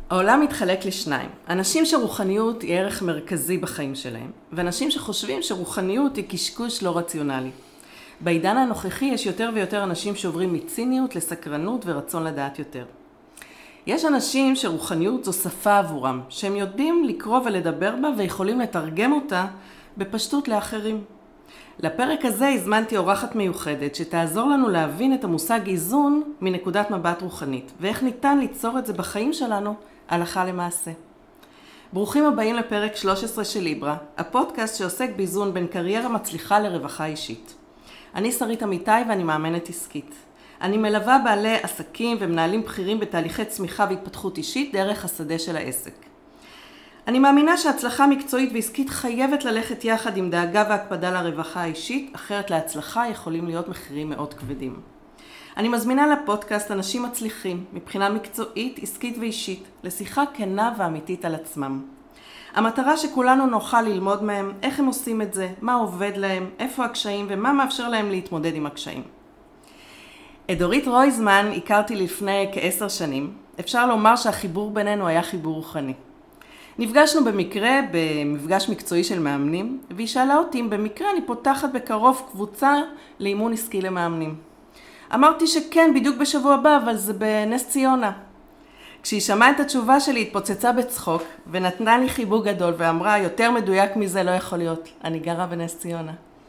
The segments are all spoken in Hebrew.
העולם מתחלק לשניים. אנשים שרוחניות היא ערך מרכזי בחיים שלהם, ואנשים שחושבים שרוחניות היא קשקוש לא רציונלי. בעידן הנוכחי יש יותר ויותר אנשים שעוברים מציניות לסקרנות ורצון לדעת יותר. יש אנשים שרוחניות זו שפה עבורם, שהם יודעים לקרוא ולדבר בה ויכולים לתרגם אותה בפשטות לאחרים. לפרק הזה הזמנתי אורחת מיוחדת שתעזור לנו להבין את המושג איזון מנקודת מבט רוחנית, ואיך ניתן ליצור את זה בחיים שלנו הלכה למעשה. ברוכים הבאים לפרק 13 של ליברה, הפודקאסט שעוסק באיזון בין קריירה מצליחה לרווחה אישית. אני שרית אמיתי ואני מאמנת עסקית. אני מלווה בעלי עסקים ומנהלים בכירים בתהליכי צמיחה והתפתחות אישית דרך השדה של העסק. אני מאמינה שהצלחה מקצועית ועסקית חייבת ללכת יחד עם דאגה והקפדה לרווחה האישית, אחרת להצלחה יכולים להיות מחירים מאוד כבדים. אני מזמינה לפודקאסט אנשים מצליחים מבחינה מקצועית, עסקית ואישית, לשיחה כנה ואמיתית על עצמם. המטרה שכולנו נוכל ללמוד מהם, איך הם עושים את זה, מה עובד להם, איפה הקשיים ומה מאפשר להם להתמודד עם הקשיים. את דורית רויזמן הכרתי לפני כ10 שנים. אפשר לומר שהחיבור בינינו היה חיבור רוחני. נפגשנו במקרה במפגש מקצועי של מאמנים, והיא שאלה אותי אם במקרה אני פותחת בקרוב קבוצה לאימון עסקי למאמנים. אמרתי שכן, בדיוק בשבוע הבא, אבל זה בנס ציונה. כשהיא שמעה את התשובה שלי, התפוצצה בצחוק, ונתנה לי חיבוק גדול ואמרה, יותר מדויק מזה לא יכול להיות, אני גרה בנס ציונה.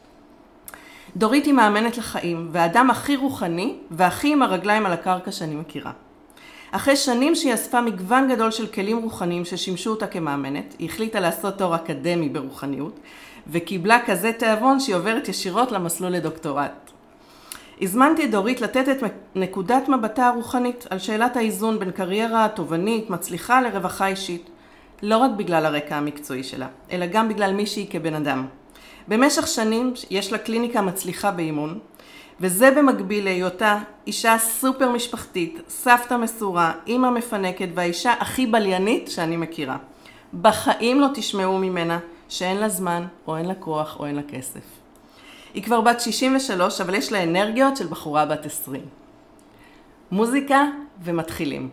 דורית היא מאמנת לחיים, והאדם הכי רוחני והכי עם הרגליים על הקרקע שאני מכירה. אחרי שנים שהיא אספה מגוון גדול של כלים רוחניים ששימשו אותה כמאמנת, היא החליטה לעשות תואר אקדמי ברוחניות, וקיבלה כזה תיאבון שהיא עוברת ישירות למסלול לדוקטורט. הזמנתי את דורית לתת את נקודת מבטה הרוחנית על שאלת האיזון בין קריירה תובענית, מצליחה לרווחה אישית, לא רק בגלל הרקע המקצועי שלה, אלא גם בגלל מי שהיא כבן אדם. במשך שנים יש לה קליניקה מצליחה באימון, וזה במקביל להיותה אישה סופר משפחתית, סבתא מסורה, אמא מפנקת והאישה הכי בליינית שאני מכירה. בחיים לא תשמעו ממנה שאין לה זמן או אין לה כוח או אין לה כסף. היא כבר בת 63, אבל יש לה אנרגיות של בחורה בת 20. מוזיקה ומתחילים.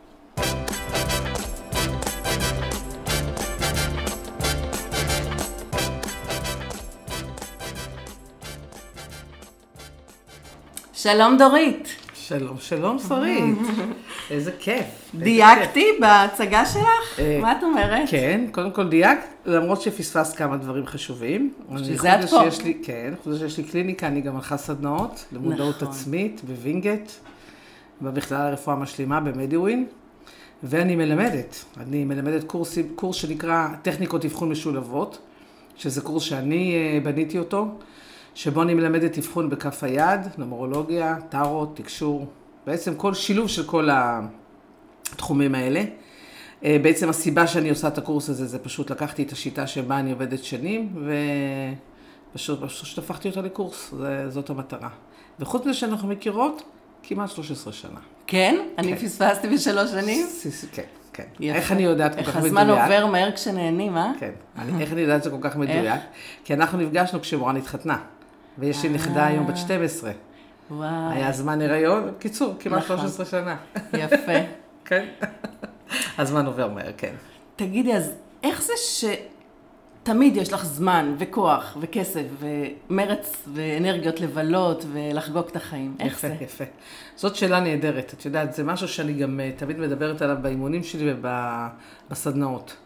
שלום דורית. שלום, שלום שרית. איזה כיף. דייקתי בהצגה שלך? מה את אומרת? כן, קודם כל דייק, למרות שפספסת כמה דברים חשובים. שזה את פה. כן, חוץ שיש לי קליניקה, אני גם ערכה סדנאות למודעות עצמית בווינגייט, במכללה לרפואה משלימה במדיווין, ואני מלמדת. אני מלמדת קורס שנקרא טכניקות אבחון משולבות, שזה קורס שאני בניתי אותו, שבו אני מלמדת אבחון בכף היד, נומרולוגיה, טארוט, תקשור, בעצם כל שילוב של כל התחומים האלה. בעצם הסיבה שאני עושה את הקורס הזה, זה פשוט לקחתי את השיטה שבה אני עובדת שנים, ופשוט הפכתי אותה לקורס, זאת המטרה. וחוץ מזה שאנחנו מכירות, כמעט 13 שנה. כן? אני פספסתי ב3 שנים? כן, כן. איך אני יודעת כל כך מדויק? איך הזמן עובר מהר כשנהנים, אה? כן, איך אני יודעת שזה כל כך מדויק? כי אנחנו נפגשנו כשמורן התחתנה. ויש לי נכדה היום בת 12. וואי. היה זמן הריון, קיצור, כמעט 13 שנה. יפה. כן. הזמן עובר מהר, כן. תגידי, אז איך זה שתמיד יש לך זמן וכוח וכסף ומרץ ואנרגיות לבלות ולחגוג את החיים? איך זה? יפה, יפה. זאת שאלה נהדרת. את יודעת, זה משהו שאני גם תמיד מדברת עליו באימונים שלי ובסדנאות.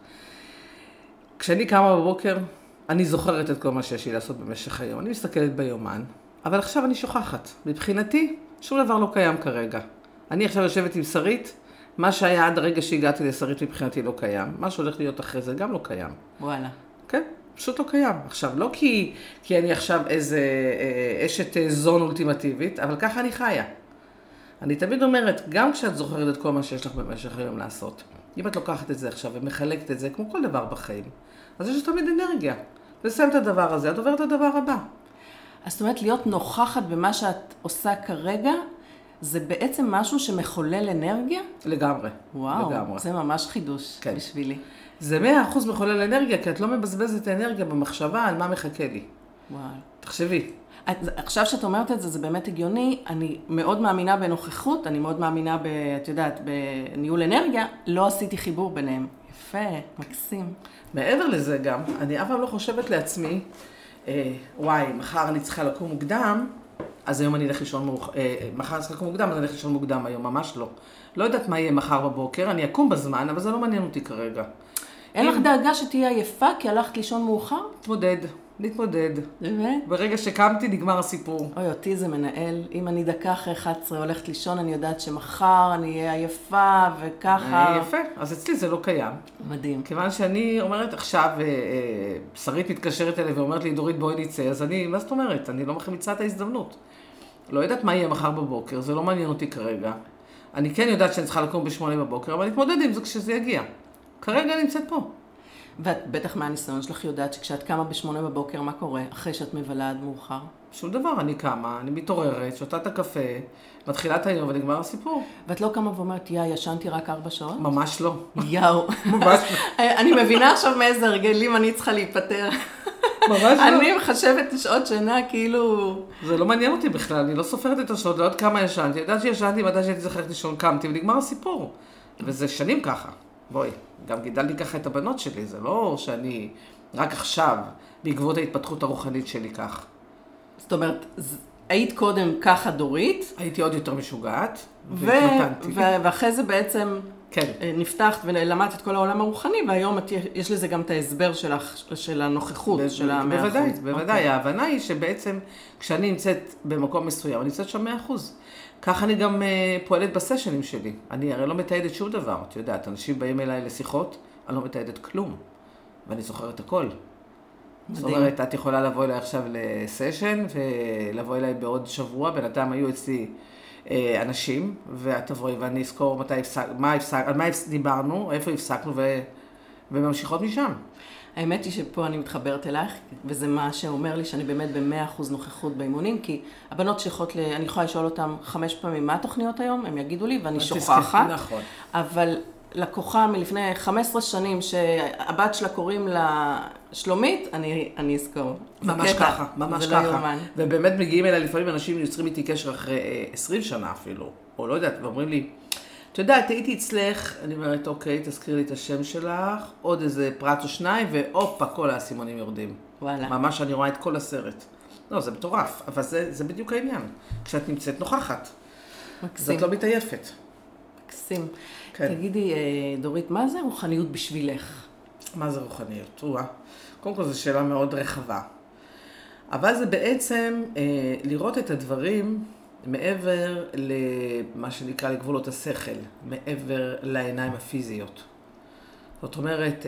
כשאני קמה בבוקר, אני זוכרת את כל מה שיש לי לעשות במשך היום. אני מסתכלת ביומן, אבל עכשיו אני שוכחת. מבחינתי, שום דבר לא קיים כרגע. אני עכשיו יושבת עם שרית, מה שהיה עד הרגע שהגעתי לשרית מבחינתי לא קיים. מה שהולך להיות אחרי זה גם לא קיים. וואלה. כן, פשוט לא קיים. עכשיו, לא כי אני עכשיו איזה אשת זון אולטימטיבית, אבל ככה אני חיה. אני תמיד אומרת, גם כשאת זוכרת את כל מה שיש לך במשך היום לעשות, אם את לוקחת את זה עכשיו ומחלקת את זה, כמו כל דבר בחיים, אז יש תמיד אנרגיה. לסיים את הדבר הזה, את עוברת את הדבר הבא. אז זאת אומרת, להיות נוכחת במה שאת עושה כרגע, זה בעצם משהו שמחולל אנרגיה? לגמרי. וואו, לגמרי. זה ממש חידוש כן. בשבילי. זה 100% מחולל אנרגיה, כי את לא מבזבזת אנרגיה במחשבה על מה מחכה לי. וואו. תחשבי. עכשיו שאת אומרת את זה, זה באמת הגיוני. אני מאוד מאמינה בנוכחות, אני מאוד מאמינה את יודעת, בניהול אנרגיה, לא עשיתי חיבור ביניהם. יפה, מקסים. מעבר לזה גם, אני אף פעם לא חושבת לעצמי, וואי, מחר אני צריכה לקום מוקדם, אז היום אני אלך לישון מחר אני צריכה לקום מוקדם, אז אני אלך לישון מוקדם היום, ממש לא. לא יודעת מה יהיה מחר בבוקר, אני אקום בזמן, אבל זה לא מעניין אותי כרגע. אין לך דאגה שתהיה עייפה כי הלכת לישון מאוחר? נתמודד. באמת? ברגע שקמתי נגמר הסיפור. אוי, אותי זה מנהל. אם אני דקה אחרי 11 הולכת לישון, אני יודעת שמחר אני אהיה עייפה וככה. יפה, אז אצלי זה לא קיים. מדהים. כיוון שאני אומרת עכשיו, שרית מתקשרת אליי ואומרת לי, דורית בואי נצא, אז אני, מה זאת אומרת? אני לא מחמיצה את ההזדמנות. לא יודעת מה יהיה מחר בבוקר, זה לא מעניין אותי כרגע. אני כן יודעת שאני צריכה לקום ב8 בבוקר, אבל נתמודד עם זה כשזה יגיע. כרגע אני נמצאת פה. ואת בטח מהניסיון שלך יודעת שכשאת קמה ב8 בבוקר, מה קורה אחרי שאת מבלה עד מאוחר? שום דבר, אני קמה, אני מתעוררת, שותה את הקפה, מתחילה את היום ונגמר הסיפור. ואת לא קמה ואומרת, ישנתי רק 4 שעות? ממש לא. יאו. ממש לא. אני מבינה עכשיו מאיזה הרגלים אני צריכה להיפטר. ממש לא. אני מחשבת שעות שינה כאילו... זה לא מעניין אותי בכלל, אני לא סופרת את השעות, לא יודעת כמה ישנתי. יודעת שישנתי מתי שהייתי צריכה לישון, קמתי ונגמר הסיפור. וזה שנים ככה. בואי, גם גידלתי ככה את הבנות שלי, זה לא שאני רק עכשיו, בעקבות ההתפתחות הרוחנית שלי כך. זאת אומרת, היית קודם ככה דורית? הייתי עוד יותר משוגעת, והתמתנתי. ואחרי זה בעצם כן. נפתחת ולמדת את כל העולם הרוחני, והיום יש לזה גם את ההסבר של הנוכחות, של ה100%. בוודאי. ההבנה היא שבעצם כשאני נמצאת במקום מסוים, אני נמצאת שם 100%. כך אני גם פועלת בסשנים שלי. אני הרי לא מתעדת שום דבר. את יודעת, אנשים באים אליי לשיחות, אני לא מתעדת כלום. ואני זוכרת הכל. זאת אומרת, את יכולה לבוא אליי עכשיו לסשן, ולבוא אליי בעוד שבוע, בינתיים היו אצלי אנשים, ואת תבואי ואני אזכור על מה דיברנו, איפה הפסקנו, וממשיכות משם. האמת היא שפה אני מתחברת אלייך, וזה מה שאומר לי שאני באמת ב100% נוכחות באימונים, כי הבנות אני יכולה לשאול אותם 5 פעמים מה התוכניות היום, הם יגידו לי ואני שוכחת. נכון. אבל לקוחה מלפני 15 שנים שהבת שלה קוראים לה שלומית, אני אזכור. ממש ככה, ממש זה לא ככה. יומן. ובאמת מגיעים אליי, לפעמים אנשים יוצרים איתי קשר אחרי 20 שנה אפילו, או לא יודעת, ואומרים לי, את יודעת, הייתי אצלך, אני אומרת, אוקיי, תזכיר לי את השם שלך, עוד איזה פרט או שניים, ואופה, כל האסימונים יורדים. וואלה. ממש אני רואה את כל הסרט. לא, זה מטורף, אבל זה בדיוק העניין. כשאת נמצאת נוכחת, מקסים. זאת לא מתעייפת. מקסים. כן. תגידי, דורית, מה זה רוחניות בשבילך? מה זה רוחניות? קודם כל זו שאלה מאוד רחבה. אבל זה בעצם לראות את הדברים מעבר למה שנקרא לגבולות השכל, מעבר לעיניים הפיזיות. זאת אומרת,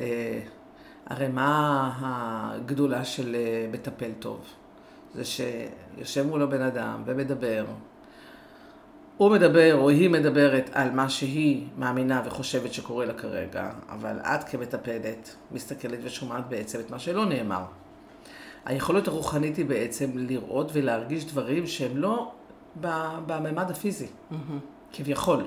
הרי מה הגדולה של מטפל טוב? זה שיושב מולו בן אדם ומדבר, הוא מדבר או היא מדברת על מה שהיא מאמינה וחושבת שקורה לה כרגע, אבל את כמטפלת מסתכלת ושומעת בעצם את מה שלא נאמר. היכולת הרוחנית היא בעצם לראות ולהרגיש דברים שהם לא בממד הפיזי, כביכול.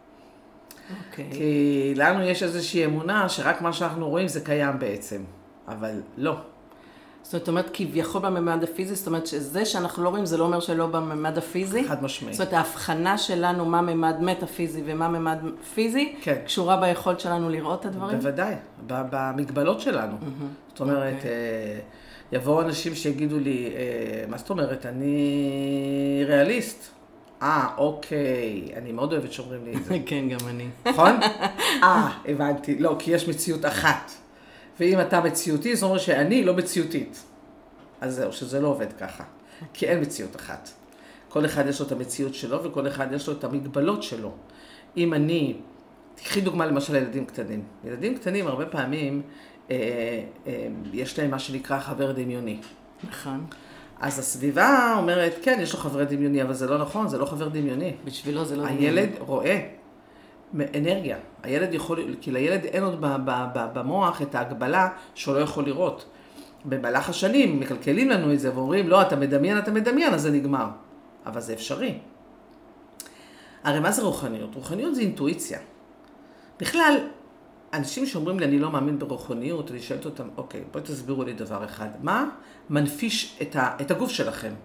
כי לנו יש איזושהי אמונה שרק מה שאנחנו רואים זה קיים בעצם, אבל לא. זאת אומרת, כביכול בממד הפיזי, זאת אומרת שזה שאנחנו לא רואים, זה לא אומר שלא בממד הפיזי. חד משמעי. זאת אומרת, ההבחנה שלנו מה ממד מטאפיזי ומה ממד פיזי, כן. קשורה ביכולת שלנו לראות את הדברים? בוודאי, במגבלות שלנו. זאת אומרת, יבואו אנשים שיגידו לי, מה זאת אומרת, אני ריאליסט. אוקיי, אני מאוד אוהבת שאומרים לי את זה. כן, גם אני. נכון? הבנתי. לא, כי יש מציאות אחת. ואם אתה מציאותי, זאת אומרת שאני לא מציאותית. אז זהו, שזה לא עובד ככה. כי אין מציאות אחת. כל אחד יש לו את המציאות שלו, וכל אחד יש לו את המגבלות שלו. אם אני, תקחי דוגמה למשל לילדים קטנים. ילדים קטנים הרבה פעמים, יש להם מה שנקרא חבר דמיוני. נכון. אז הסביבה אומרת, כן, יש לו חבר דמיוני, אבל זה לא נכון, זה לא חבר דמיוני. בשבילו זה לא דמיוני. הילד רואה אנרגיה. הילד יכול, כי לילד אין עוד במוח את ההגבלה שהוא לא יכול לראות. במהלך השנים מקלקלים לנו את זה ואומרים, לא, אתה מדמיין, אז זה נגמר. אבל זה אפשרי. הרי מה זה רוחניות? רוחניות זה אינטואיציה. בכלל, אנשים שאומרים לי, אני לא מאמין ברוחניות, אני שואלת אותם, אוקיי, בואי תסבירו לי דבר אחד. מה מנפיש את הגוף שלכם?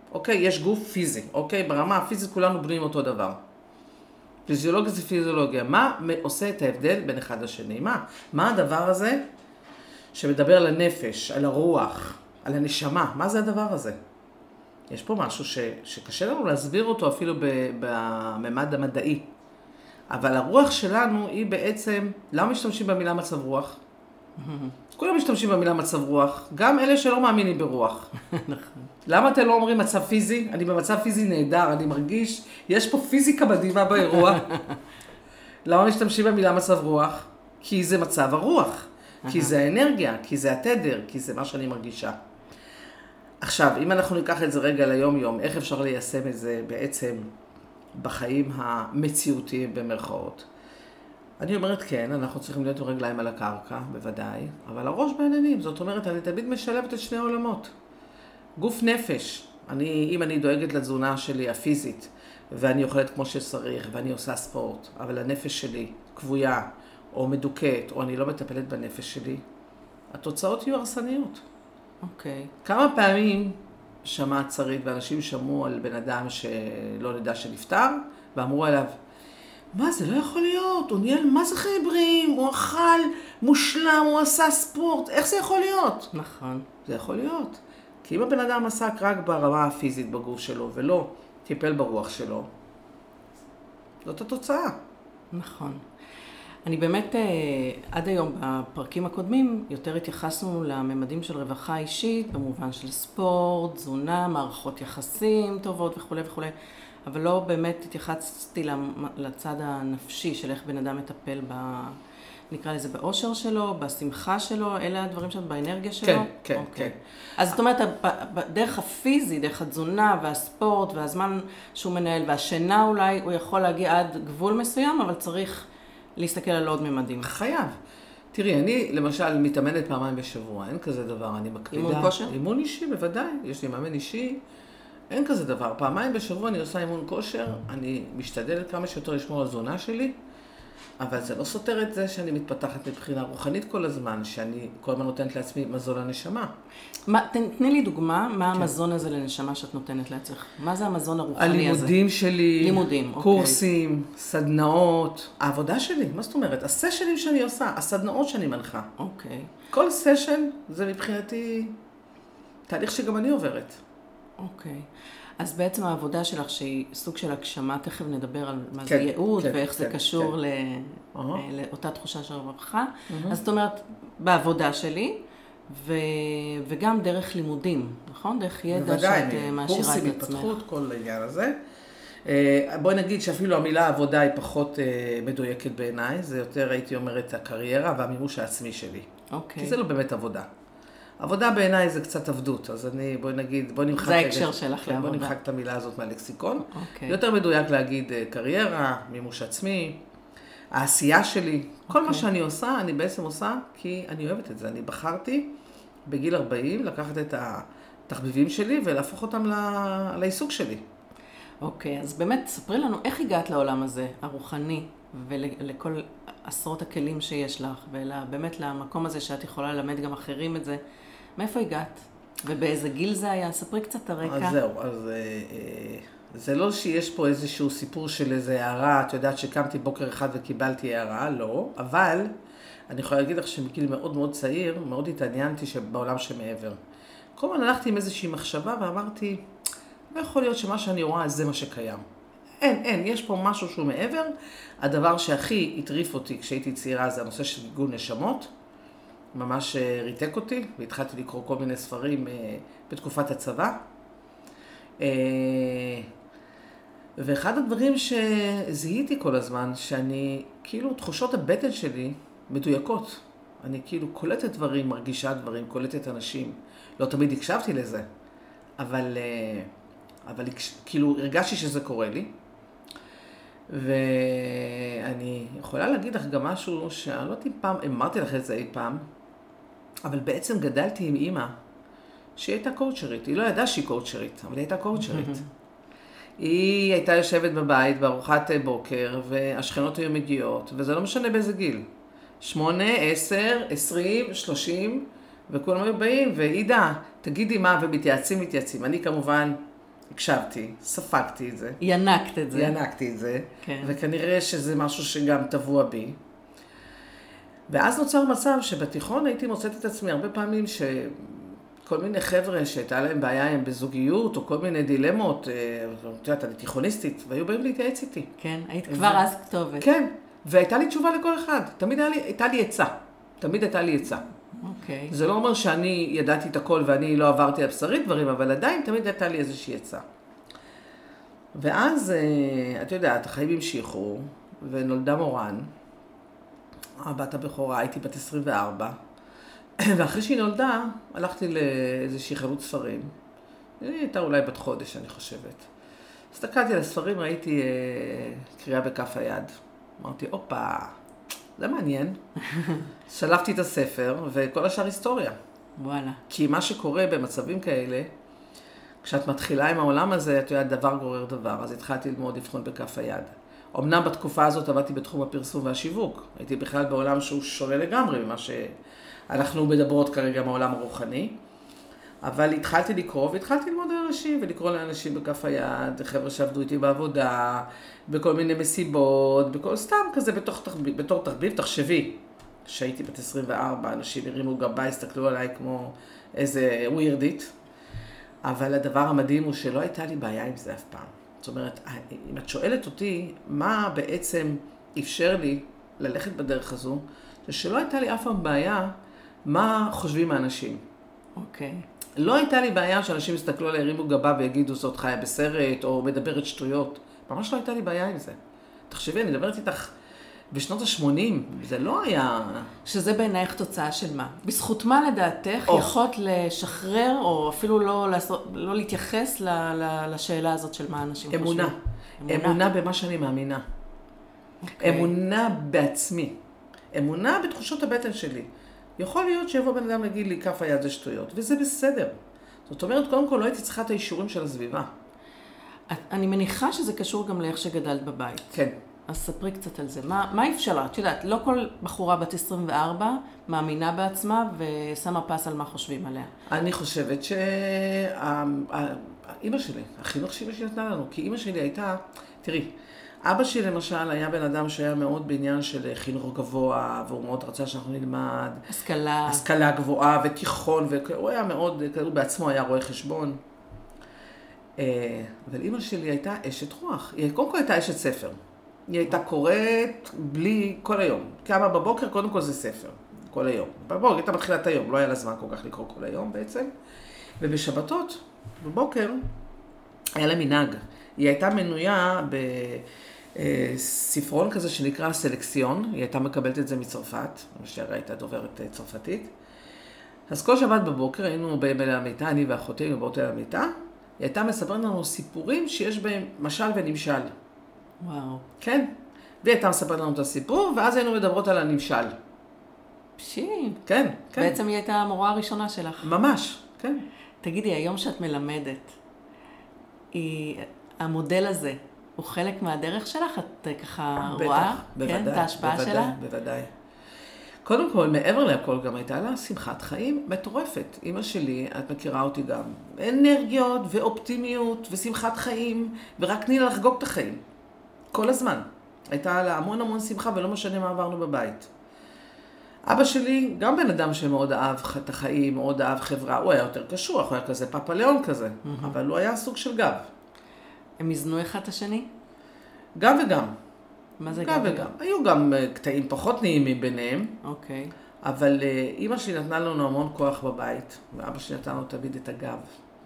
אוקיי? יש גוף פיזי, אוקיי? ברמה הפיזית כולנו בנויים אותו דבר. פיזיולוגיה זה פיזיולוגיה. מה עושה את ההבדל בין אחד לשני? מה הדבר הזה שמדבר על הנפש, על הרוח, על הנשמה? מה זה הדבר הזה? יש פה משהו שקשה לנו להסביר אותו אפילו בממד המדעי. אבל הרוח שלנו היא בעצם, למה משתמשים במילה מצב רוח? כולם משתמשים במילה מצב רוח, גם אלה שלא מאמינים ברוח. למה אתם לא אומרים מצב פיזי? אני במצב פיזי נהדר, אני מרגיש, יש פה פיזיקה מדהימה באירוע. למה משתמשים במילה מצב רוח? כי זה מצב הרוח, כי זה האנרגיה, כי זה התדר, כי זה מה שאני מרגישה. עכשיו, אם אנחנו ניקח את זה רגע ליום-יום, איך אפשר ליישם את זה בעצם בחיים המציאותיים במרכאות? אני אומרת כן, אנחנו צריכים להיות עם רגליים על הקרקע, בוודאי, אבל הראש בעניינים, זאת אומרת, אני תמיד משלבת את שני העולמות. גוף נפש, אם אני דואגת לתזונה שלי הפיזית, ואני אוכלת כמו שצריך, ואני עושה ספורט, אבל הנפש שלי כבויה, או מדוכאת, או אני לא מטפלת בנפש שלי, התוצאות יהיו הרסניות. אוקיי. כמה פעמים שמעת שרית, ואנשים שמעו על בן אדם שלא נדע שנפטר, ואמרו עליו, מה זה לא יכול להיות? הוא נהיה מה זה חיי בריאים? הוא אכל מושלם, הוא עשה ספורט, איך זה יכול להיות? נכון. זה יכול להיות. כי אם הבן אדם עסק רק ברמה הפיזית בגוף שלו, ולא טיפל ברוח שלו, זאת התוצאה. נכון. אני באמת, עד היום בפרקים הקודמים, יותר התייחסנו לממדים של רווחה אישית, במובן של ספורט, תזונה, מערכות יחסים טובות וכו' וכו'. אבל לא באמת התייחסתי לצד הנפשי של איך בן אדם מטפל נקרא לזה באושר שלו, בשמחה שלו, אלה הדברים שלנו באנרגיה שלו? כן, כן, כן. אז זאת אומרת, דרך הפיזי, דרך התזונה והספורט והזמן שהוא מנהל והשינה אולי, הוא יכול להגיע עד גבול מסוים, אבל צריך להסתכל על עוד ממדים. חייב. תראי, אני למשל מתאמנת פעמיים בשבוע, אין כזה דבר, אני מקפידה. אימון כושר? אימון אישי, בוודאי, יש לי מאמן אישי. אין כזה דבר. פעמיים בשבוע אני עושה אימון כושר, אני משתדלת כמה שיותר לשמור על תזונה שלי, אבל זה לא סותר את זה שאני מתפתחת מבחינה רוחנית כל הזמן, שאני כל הזמן נותנת לעצמי מזון לנשמה. תני לי דוגמה, מה המזון הזה לנשמה שאת נותנת לעצמך? מה זה המזון הרוחני הזה? הלימודים שלי, לימודים, קורסים, סדנאות, העבודה שלי, מה זאת אומרת? הסשנים שאני עושה, הסדנאות שאני מנחה. אוקיי. כל סשן זה מבחינתי תהליך שגם אני עוברת. אוקיי. אז בעצם העבודה שלך שהיא סוג של הגשמה, תכף נדבר על מה זה ייעוד ואיך זה קשור לאותה תחושה של רווחה. אז זאת אומרת, בעבודה שלי, וגם דרך לימודים, נכון? דרך ידע שאת מעשירה את קורסים, עצמך. התפתחות, כל העניין הזה. בואי נגיד שאפילו המילה עבודה היא פחות מדויקת בעיניי, זה יותר הייתי אומרת הקריירה והמימוש העצמי שלי. אוקיי. כי זה לא באמת עבודה. עבודה בעיניי זה קצת עבדות, אז בואי נמחק... זה ההקשר שלך לעבודה. בואי נמחק את המילה הזאת מהלקסיקון. אוקיי. יותר מדויק להגיד קריירה, מימוש עצמי, העשייה שלי. כל מה שאני עושה, אני בעצם עושה כי אני אוהבת את זה. אני בחרתי בגיל 40 לקחת את התחביבים שלי ולהפוך אותם לעיסוק שלי. אוקיי, אז באמת ספרי לנו איך הגעת לעולם הזה, הרוחני, ולכל עשרות הכלים שיש לך, ובאמת למקום הזה שאת יכולה ללמד גם אחרים את זה. מאיפה הגעת? ובאיזה גיל זה היה? ספרי קצת את הרקע. אז זהו, אז זה לא שיש פה איזשהו סיפור של איזה הערה, את יודעת שקמתי בוקר אחד וקיבלתי הערה, לא, אבל אני יכולה להגיד לך שמגיל מאוד מאוד צעיר, מאוד התעניינתי בעולם שמעבר. כל הזמן הלכתי עם איזושהי מחשבה ואמרתי, לא יכול להיות שמה שאני רואה זה מה שקיים. אין, יש פה משהו שהוא מעבר. הדבר שהכי הטריף אותי כשהייתי צעירה זה הנושא של גיגול נשמות. ממש ריתק אותי, והתחלתי לקרוא כל מיני ספרים בתקופת הצבא. ואחד הדברים שזיהיתי כל הזמן, שאני, כאילו, תחושות הבטן שלי מדויקות. אני כאילו קולטת דברים, מרגישה דברים, קולטת אנשים. לא תמיד הקשבתי לזה, אבל כאילו הרגשתי שזה קורה לי. ואני יכולה להגיד לך גם משהו שאני לא יודעת אם פעם, אמרתי לך את זה אי פעם, אבל בעצם גדלתי עם אמא שהיא הייתה קואוצ'רית. היא לא ידעה שהיא קואוצ'רית, אבל היא הייתה קואוצ'רית. היא הייתה יושבת בבית בארוחת בוקר, והשכנות היו מגיעות, וזה לא משנה באיזה גיל. 8, 10, 20, 30, וכולם היו באים, ועידה, תגידי מה, ומתייעצים. אני כמובן הקשבתי, ספגתי את זה. ינקת את זה. ינקתי את זה, כן. וכנראה שזה משהו שגם טבוע בי. ואז נוצר מצב שבתיכון הייתי מוצאת את עצמי הרבה פעמים שכל מיני חבר'ה שהייתה להם בעיה עם בזוגיות, או כל מיני דילמות, את יודעת, אני תיכוניסטית, והיו באים להתייעץ איתי. כן, היית כבר אז כתובת. כן, והייתה לי תשובה לכל אחד. תמיד הייתה לי עצה. תמיד הייתה לי עצה. אוקיי. זה לא אומר שאני ידעתי את הכל ואני לא עברתי על בשרי דברים, אבל עדיין תמיד הייתה לי איזושהי עצה. ואז, את יודעת, החיים המשיכו, ונולדה מורן, הבת הבכורה, הייתי בת 24, ואחרי שהיא נולדה, הלכתי לאיזושהי חנות ספרים. היא הייתה אולי בת חודש, אני חושבת. הסתכלתי על הספרים, ראיתי קריאה בכף היד. אמרתי, אופה, זה מעניין. שלפתי את הספר, וכל השאר היסטוריה. וואלה. כי מה שקורה במצבים כאלה, כשאת מתחילה עם העולם הזה, את יודעת, דבר גורר דבר. אז התחלתי ללמוד לבחון בכף היד. אמנם בתקופה הזאת עבדתי בתחום הפרסום והשיווק. הייתי בכלל בעולם שהוא שונה לגמרי ממה שאנחנו מדברות כרגע מהעולם הרוחני. אבל התחלתי לקרוא, והתחלתי ללמוד לאנשים, ולקרוא לאנשים בכף היד, חבר'ה שעבדו איתי בעבודה, בכל מיני מסיבות, בכל סתם כזה בתור תחביב, תחשבי. כשהייתי בת 24, אנשים הרימו גבה, הסתכלו עליי כמו איזה ווירדית. אבל הדבר המדהים הוא שלא הייתה לי בעיה עם זה אף פעם. זאת אומרת, אם את שואלת אותי, מה בעצם אפשר לי ללכת בדרך הזו, זה שלא הייתה לי אף פעם בעיה מה חושבים האנשים. אוקיי. לא הייתה לי בעיה שאנשים יסתכלו עליי, הרימו גבה ויגידו זאת חיה בסרט או מדברת שטויות. ממש לא הייתה לי בעיה עם זה. תחשבי, אני מדברת איתך בשנות ה-80, זה לא היה... שזה בעינייך תוצאה של מה? בזכות מה לדעתך יכולת לשחרר, או אפילו לא להתייחס לשאלה הזאת של מה אנשים חושבים? אמונה. אמונה במה שאני מאמינה. אמונה בעצמי. אמונה בתחושות הבטן שלי. יכול להיות שיבוא בן אדם להגיד לי, כף היד זה שטויות, וזה בסדר. זאת אומרת, קודם כל לא הייתי צריכה את האישורים של הסביבה. אני מניחה שזה קשור גם לאיך שגדלת בבית. כן. אז ספרי קצת על זה. מה אפשר? את יודעת, לא כל בחורה בת 24 מאמינה בעצמה ושמה פס על מה חושבים עליה. אני חושבת אמא שלי, החינוך שאמא שלי נתנה לנו, כי אמא שלי הייתה, תראי, אבא שלי למשל היה בן אדם שהיה מאוד בעניין של חינוך גבוה, והוא מאוד רצה שאנחנו נלמד. השכלה גבוהה ותיכון, והוא היה מאוד, הוא בעצמו היה רואה חשבון. אבל אמא שלי הייתה אשת רוח. היא קודם כל הייתה אשת ספר. היא הייתה קוראת בלי כל היום. קמה בבוקר, קודם כל זה ספר. כל היום. בבוקר הייתה בתחילת היום, לא היה לה זמן כל כך לקרוא כל היום בעצם. ובשבתות, בבוקר, היה לה מנהג. היא הייתה מנויה בספרון כזה שנקרא סלקסיון. היא הייתה מקבלת את זה מצרפת, שהרי הייתה דוברת צרפתית. אז כל שבת בבוקר היינו באים אל המיטה, אני ואחותי היינו באות אל המיטה. היא הייתה מספרת לנו סיפורים שיש בהם משל ונמשל. וואו. כן. והיא הייתה מספרת לנו את הסיפור, ואז היינו מדברות על הנמשל. פשי. כן, כן. בעצם היא הייתה המורה הראשונה שלך. ממש, כן. תגידי, היום שאת מלמדת, המודל הזה הוא חלק מהדרך שלך? את ככה רואה? בוודאי, כן, את ההשפעה שלה? בוודאי. קודם כל, מעבר להכל, גם הייתה לה שמחת חיים מטורפת. אמא שלי, את מכירה אותי גם, אנרגיות ואופטימיות ושמחת חיים, ורק תני לה לחגוג את החיים. כל הזמן. הייתה לה המון המון שמחה, ולא משנה מה עברנו בבית. אבא שלי, גם בן אדם שמאוד אהב את החיים, מאוד אהב חברה, הוא היה יותר קשוח, הוא היה כזה פאפה ליאון כזה, אבל הוא היה סוג של גב. הם הזנו אחד את השני? גם וגם. מה זה גם וגם? היו גם קטעים פחות נעימים ביניהם. אוקיי. אבל אמא שלי נתנה לנו המון כוח בבית, ואבא שלי נתן לנו תמיד את הגב.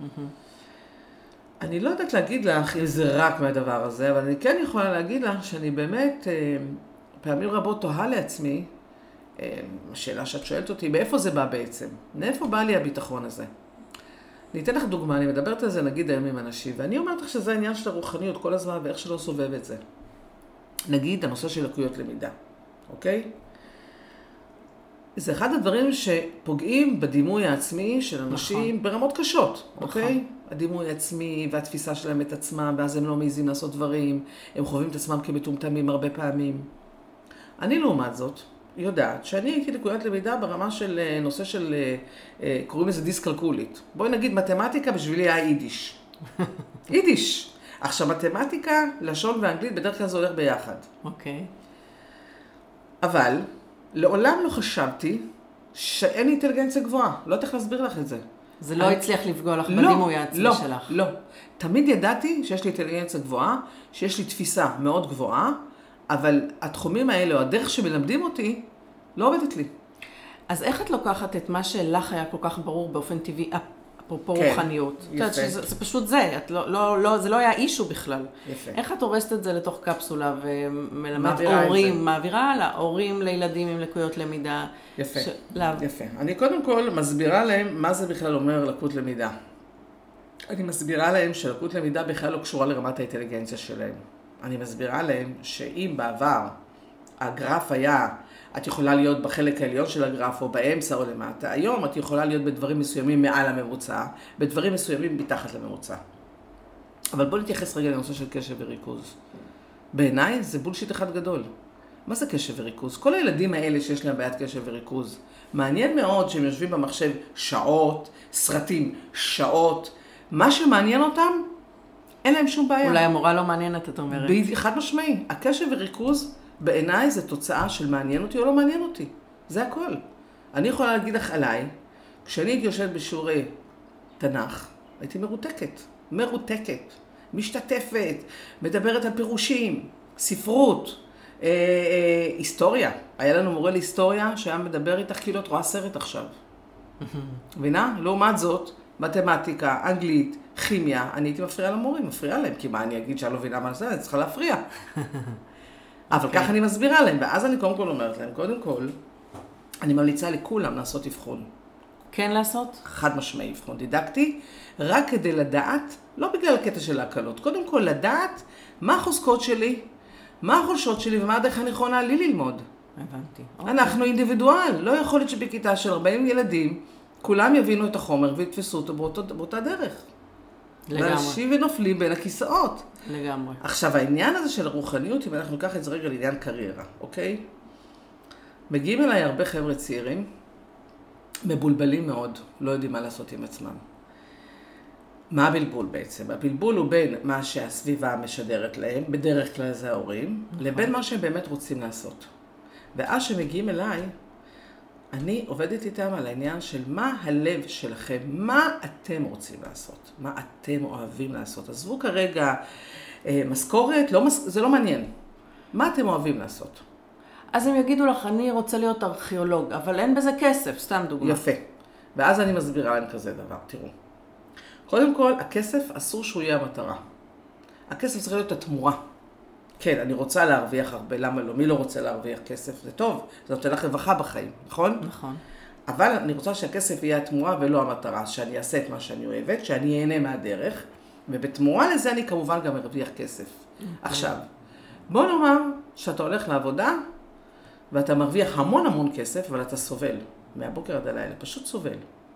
אני לא יודעת להגיד לך אם זה רק מהדבר הזה, אבל אני כן יכולה להגיד לך שאני באמת פעמים רבות תוהה לעצמי, השאלה שאת שואלת אותי, מאיפה זה בא בעצם? מאיפה בא לי הביטחון הזה? אני אתן לך דוגמה, אני מדברת על זה נגיד היום עם אנשים, ואני אומרת לך שזה העניין של הרוחניות כל הזמן ואיך שלא סובב את זה. נגיד הנושא של לקויות למידה, אוקיי? זה אחד הדברים שפוגעים בדימוי העצמי של אנשים ברמות קשות, אוקיי? הדימוי העצמי והתפיסה שלהם את עצמם, ואז הם לא מעיזים לעשות דברים, הם חווים את עצמם כמטומטמים הרבה פעמים. אני לעומת זאת יודעת שאני הייתי לקוית למידה ברמה של נושא של, קוראים לזה דיסקלקולית. בואי נגיד מתמטיקה בשבילי היה יידיש. יידיש. עכשיו, מתמטיקה, לשון ואנגלית, בדרך כלל זה הולך ביחד. אוקיי. אבל, לעולם לא חשבתי שאין לי אינטליגנציה גבוהה. לא יודעת איך להסביר לך את זה. זה לא הצליח לפגוע לך בדימוי העצמי שלך. לא. תמיד ידעתי שיש לי אינטליגנציה גבוהה, שיש לי תפיסה מאוד גבוהה, אבל התחומים האלה, או הדרך שמלמדים אותי, לא עובדת לי. אז איך את לוקחת את מה שלך היה כל כך ברור באופן טבעי, אפרופו כן, רוחניות? יפה. זה פשוט זה, זה לא היה אישו בכלל. יפה. איך את הורסת את זה לתוך קפסולה ומלמדת מעבירה הורים, מעבירה הלאה, הורים לילדים עם לקויות למידה? יפה, יפה. אני קודם כל מסבירה להם מה זה בכלל אומר לקות למידה. אני מסבירה להם שלקות למידה בכלל לא קשורה לרמת האינטליגנציה שלהם. אני מסבירה להם שאם בעבר הגרף היה, את יכולה להיות בחלק העליון של הגרף או באמצע או למטה, היום את יכולה להיות בדברים מסוימים מעל הממוצע, בדברים מסוימים מתחת לממוצע. אבל בואו נתייחס רגע לנושא של קשב וריכוז. בעיניי זה בולשיט אחד גדול. מה זה קשב וריכוז? כל הילדים האלה שיש להם בעיית קשב וריכוז, מעניין מאוד שהם יושבים במחשב שעות, סרטים, שעות, מה שמעניין אותם, אין להם שום בעיה. אולי המורה לא מעניינת, את אומרת. חד משמעי. הקשב וריכוז בעיניי זה תוצאה של מעניין אותי או לא מעניין אותי. זה הכל. אני יכולה להגיד לך עליי, כשאני הייתי יושבת בשיעורי תנ"ך, הייתי מרותקת, משתתפת, מדברת על פירושים, ספרות, היסטוריה. היה לנו מורה להיסטוריה שהיה מדבר איתך כאילו את רואה סרט עכשיו. מבינה? לעומת זאת, מתמטיקה, אנגלית, כימיה, אני הייתי מפריעה למורים, מפריעה להם, כי מה אני אגיד שאני לא מבינה מה זה, אני צריכה להפריע. אבל ככה אני מסבירה להם, ואז אני קודם כל אומרת להם, קודם כל, אני ממליצה לכולם לעשות אבחון. כן לעשות? חד משמעי אבחון דידקטי, רק כדי לדעת, לא בגלל הקטע של ההקלות, קודם כל לדעת מה החוזקות שלי, מה החולשות שלי ומה הדרך הנכונה לי ללמוד. הבנתי. אנחנו אינדיבידואל, לא יכול להיות שבכיתה של 40 ילדים, כולם יבינו את החומר ויתפסו אותו באותה דרך. לגמרי. ואנשים ונופלים בין הכיסאות. לגמרי. עכשיו, העניין הזה של הרוחניות, אם אנחנו ניקח את זה רגע לעניין קריירה, אוקיי? מגיעים אליי הרבה חבר'ה צעירים, מבולבלים מאוד, לא יודעים מה לעשות עם עצמם. מה הבלבול בעצם? הבלבול הוא בין מה שהסביבה משדרת להם, בדרך כלל זה ההורים, לבין מה שהם באמת רוצים לעשות. ואז שמגיעים אליי, אני עובדת איתם על העניין של מה הלב שלכם, מה אתם רוצים לעשות, מה אתם אוהבים לעשות. עזבו כרגע משכורת, זה לא מעניין. מה אתם אוהבים לעשות? אז הם יגידו לך, אני רוצה להיות ארכיאולוג, אבל אין בזה כסף, סתם דוגמה. יפה. ואז אני מסבירה להם כזה דבר, תראו. קודם כל, הכסף אסור שהוא יהיה המטרה. הכסף צריך להיות התמורה. כן, אני רוצה להרוויח הרבה, למה לא? מי לא רוצה להרוויח כסף? זה טוב, זה נותן לך רווחה בחיים, נכון? נכון. אבל אני רוצה שהכסף יהיה התמורה ולא המטרה, שאני אעשה את מה שאני אוהבת, שאני אהנה מהדרך, ובתמורה לזה אני כמובן גם ארוויח כסף. עכשיו, בוא נאמר שאתה הולך לעבודה, ואתה מרוויח המון כסף, אבל אתה סובל. מהבוקר עד הלילה, פשוט סובל.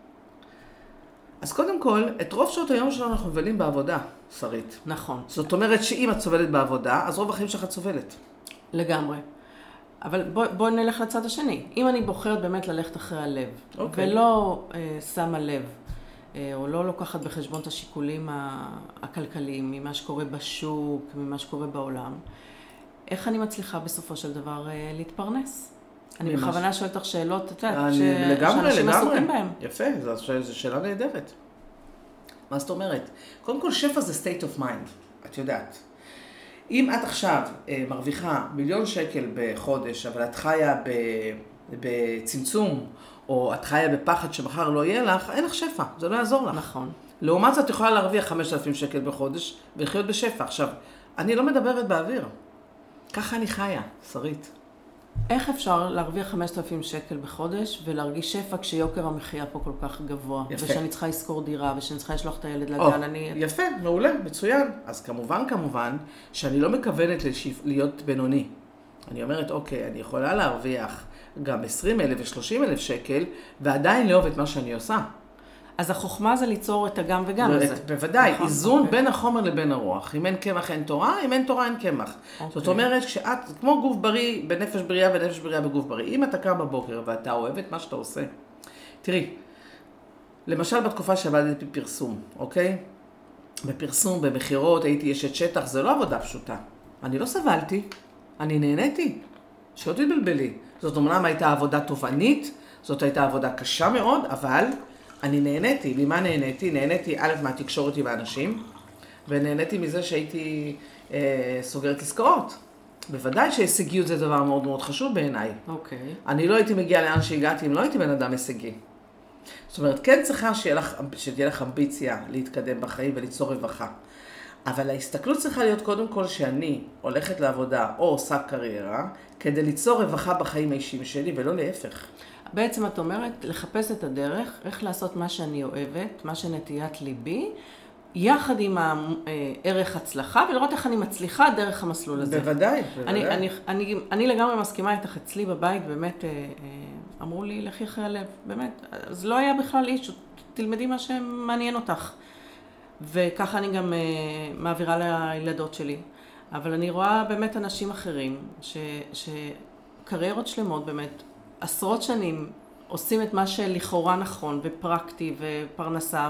אז קודם כל, את רוב שעות היום שלנו אנחנו מבלים בעבודה, שרית. נכון. זאת אומרת שאם את סובלת בעבודה, אז רוב החיים שלך את סובלת. לגמרי. אבל בואי נלך לצד השני. אם אני בוחרת באמת ללכת אחרי הלב, אוקיי. ולא שמה לב, או לא לוקחת בחשבון את השיקולים הכלכליים, ממה שקורה בשוק, ממה שקורה בעולם, איך אני מצליחה בסופו של דבר להתפרנס? אני בכוונה שואלת לך שאלות, את יודעת, שאנשים עסוקים בהם. יפה, זו שאלה נהדרת. מה זאת אומרת? קודם כל, שפע זה state of mind, את יודעת. אם את עכשיו מרוויחה 1,000,000 שקל בחודש, אבל את חיה בצמצום, או את חיה בפחד שמחר לא יהיה לך, אין לך שפע, זה לא יעזור לך. נכון. לעומת זאת, את יכולה להרוויח 5,000 שקל בחודש, ולחיות בשפע. עכשיו, אני לא מדברת באוויר. ככה אני חיה, שרית. איך אפשר להרוויח 5,000 שקל בחודש ולהרגיש שפע כשיוקר המחיה פה כל כך גבוה? יפה. ושאני צריכה לזכור דירה, ושאני צריכה לשלוח את הילד לגן, יפה, מעולה, מצוין. אז כמובן, שאני לא מכוונת להיות בינוני. אני אומרת, אוקיי, אני יכולה להרוויח גם 20,000 ו-30,000 שקל, ועדיין לאהוב את מה שאני עושה. אז החוכמה זה ליצור את הגם וגם הזה. בוודאי, נכון, איזון אוקיי. בין החומר לבין הרוח. אם אין קמח אין תורה, אם אין תורה אין קמח. אוקיי. זאת אומרת, כשאת, כמו גוף בריא בנפש בריאה ונפש בריאה בגוף בריא, אם אתה קם בבוקר ואתה אוהב את מה שאתה עושה, תראי, למשל בתקופה שעבדתי בפרסום, אוקיי? בפרסום, במחירות, הייתי אשת שטח, זה לא עבודה פשוטה. אני לא סבלתי, אני נהניתי. שלא תתבלבלי. זאת אומנם הייתה עבודה תובענית, זאת הייתה עבודה קשה מאוד, אבל אני נהניתי. ממה נהניתי? נהניתי א' מהתקשורת עם האנשים, ונהניתי מזה שהייתי סוגרת עסקאות. בוודאי שהישגיות זה דבר מאוד מאוד חשוב בעיניי. אוקיי. אני לא הייתי מגיעה לאן שהגעתי אם לא הייתי בן אדם הישגי. זאת אומרת, כן צריכה שתהיה לך אמביציה להתקדם בחיים וליצור רווחה. אבל ההסתכלות צריכה להיות קודם כל שאני הולכת לעבודה או עושה קריירה, כדי ליצור רווחה בחיים האישיים שלי ולא להפך. בעצם את אומרת, לחפש את הדרך, איך לעשות מה שאני אוהבת, מה שנטיית ליבי, יחד עם הערך הצלחה, ולראות איך אני מצליחה דרך המסלול הזה. בוודאי, בוודאי. אני לגמרי מסכימה איתך. אצלי בבית, באמת, אמרו לי, לכי אחרי הלב, באמת. אז לא היה בכלל איש, תלמדי מה שמעניין אותך. וככה אני גם מעבירה לילדות שלי. אבל אני רואה באמת אנשים אחרים, שקריירות שלמות, באמת, עשרות שנים, עושים את מה שלכאורה נכון, ופרקטי, ופרנסה,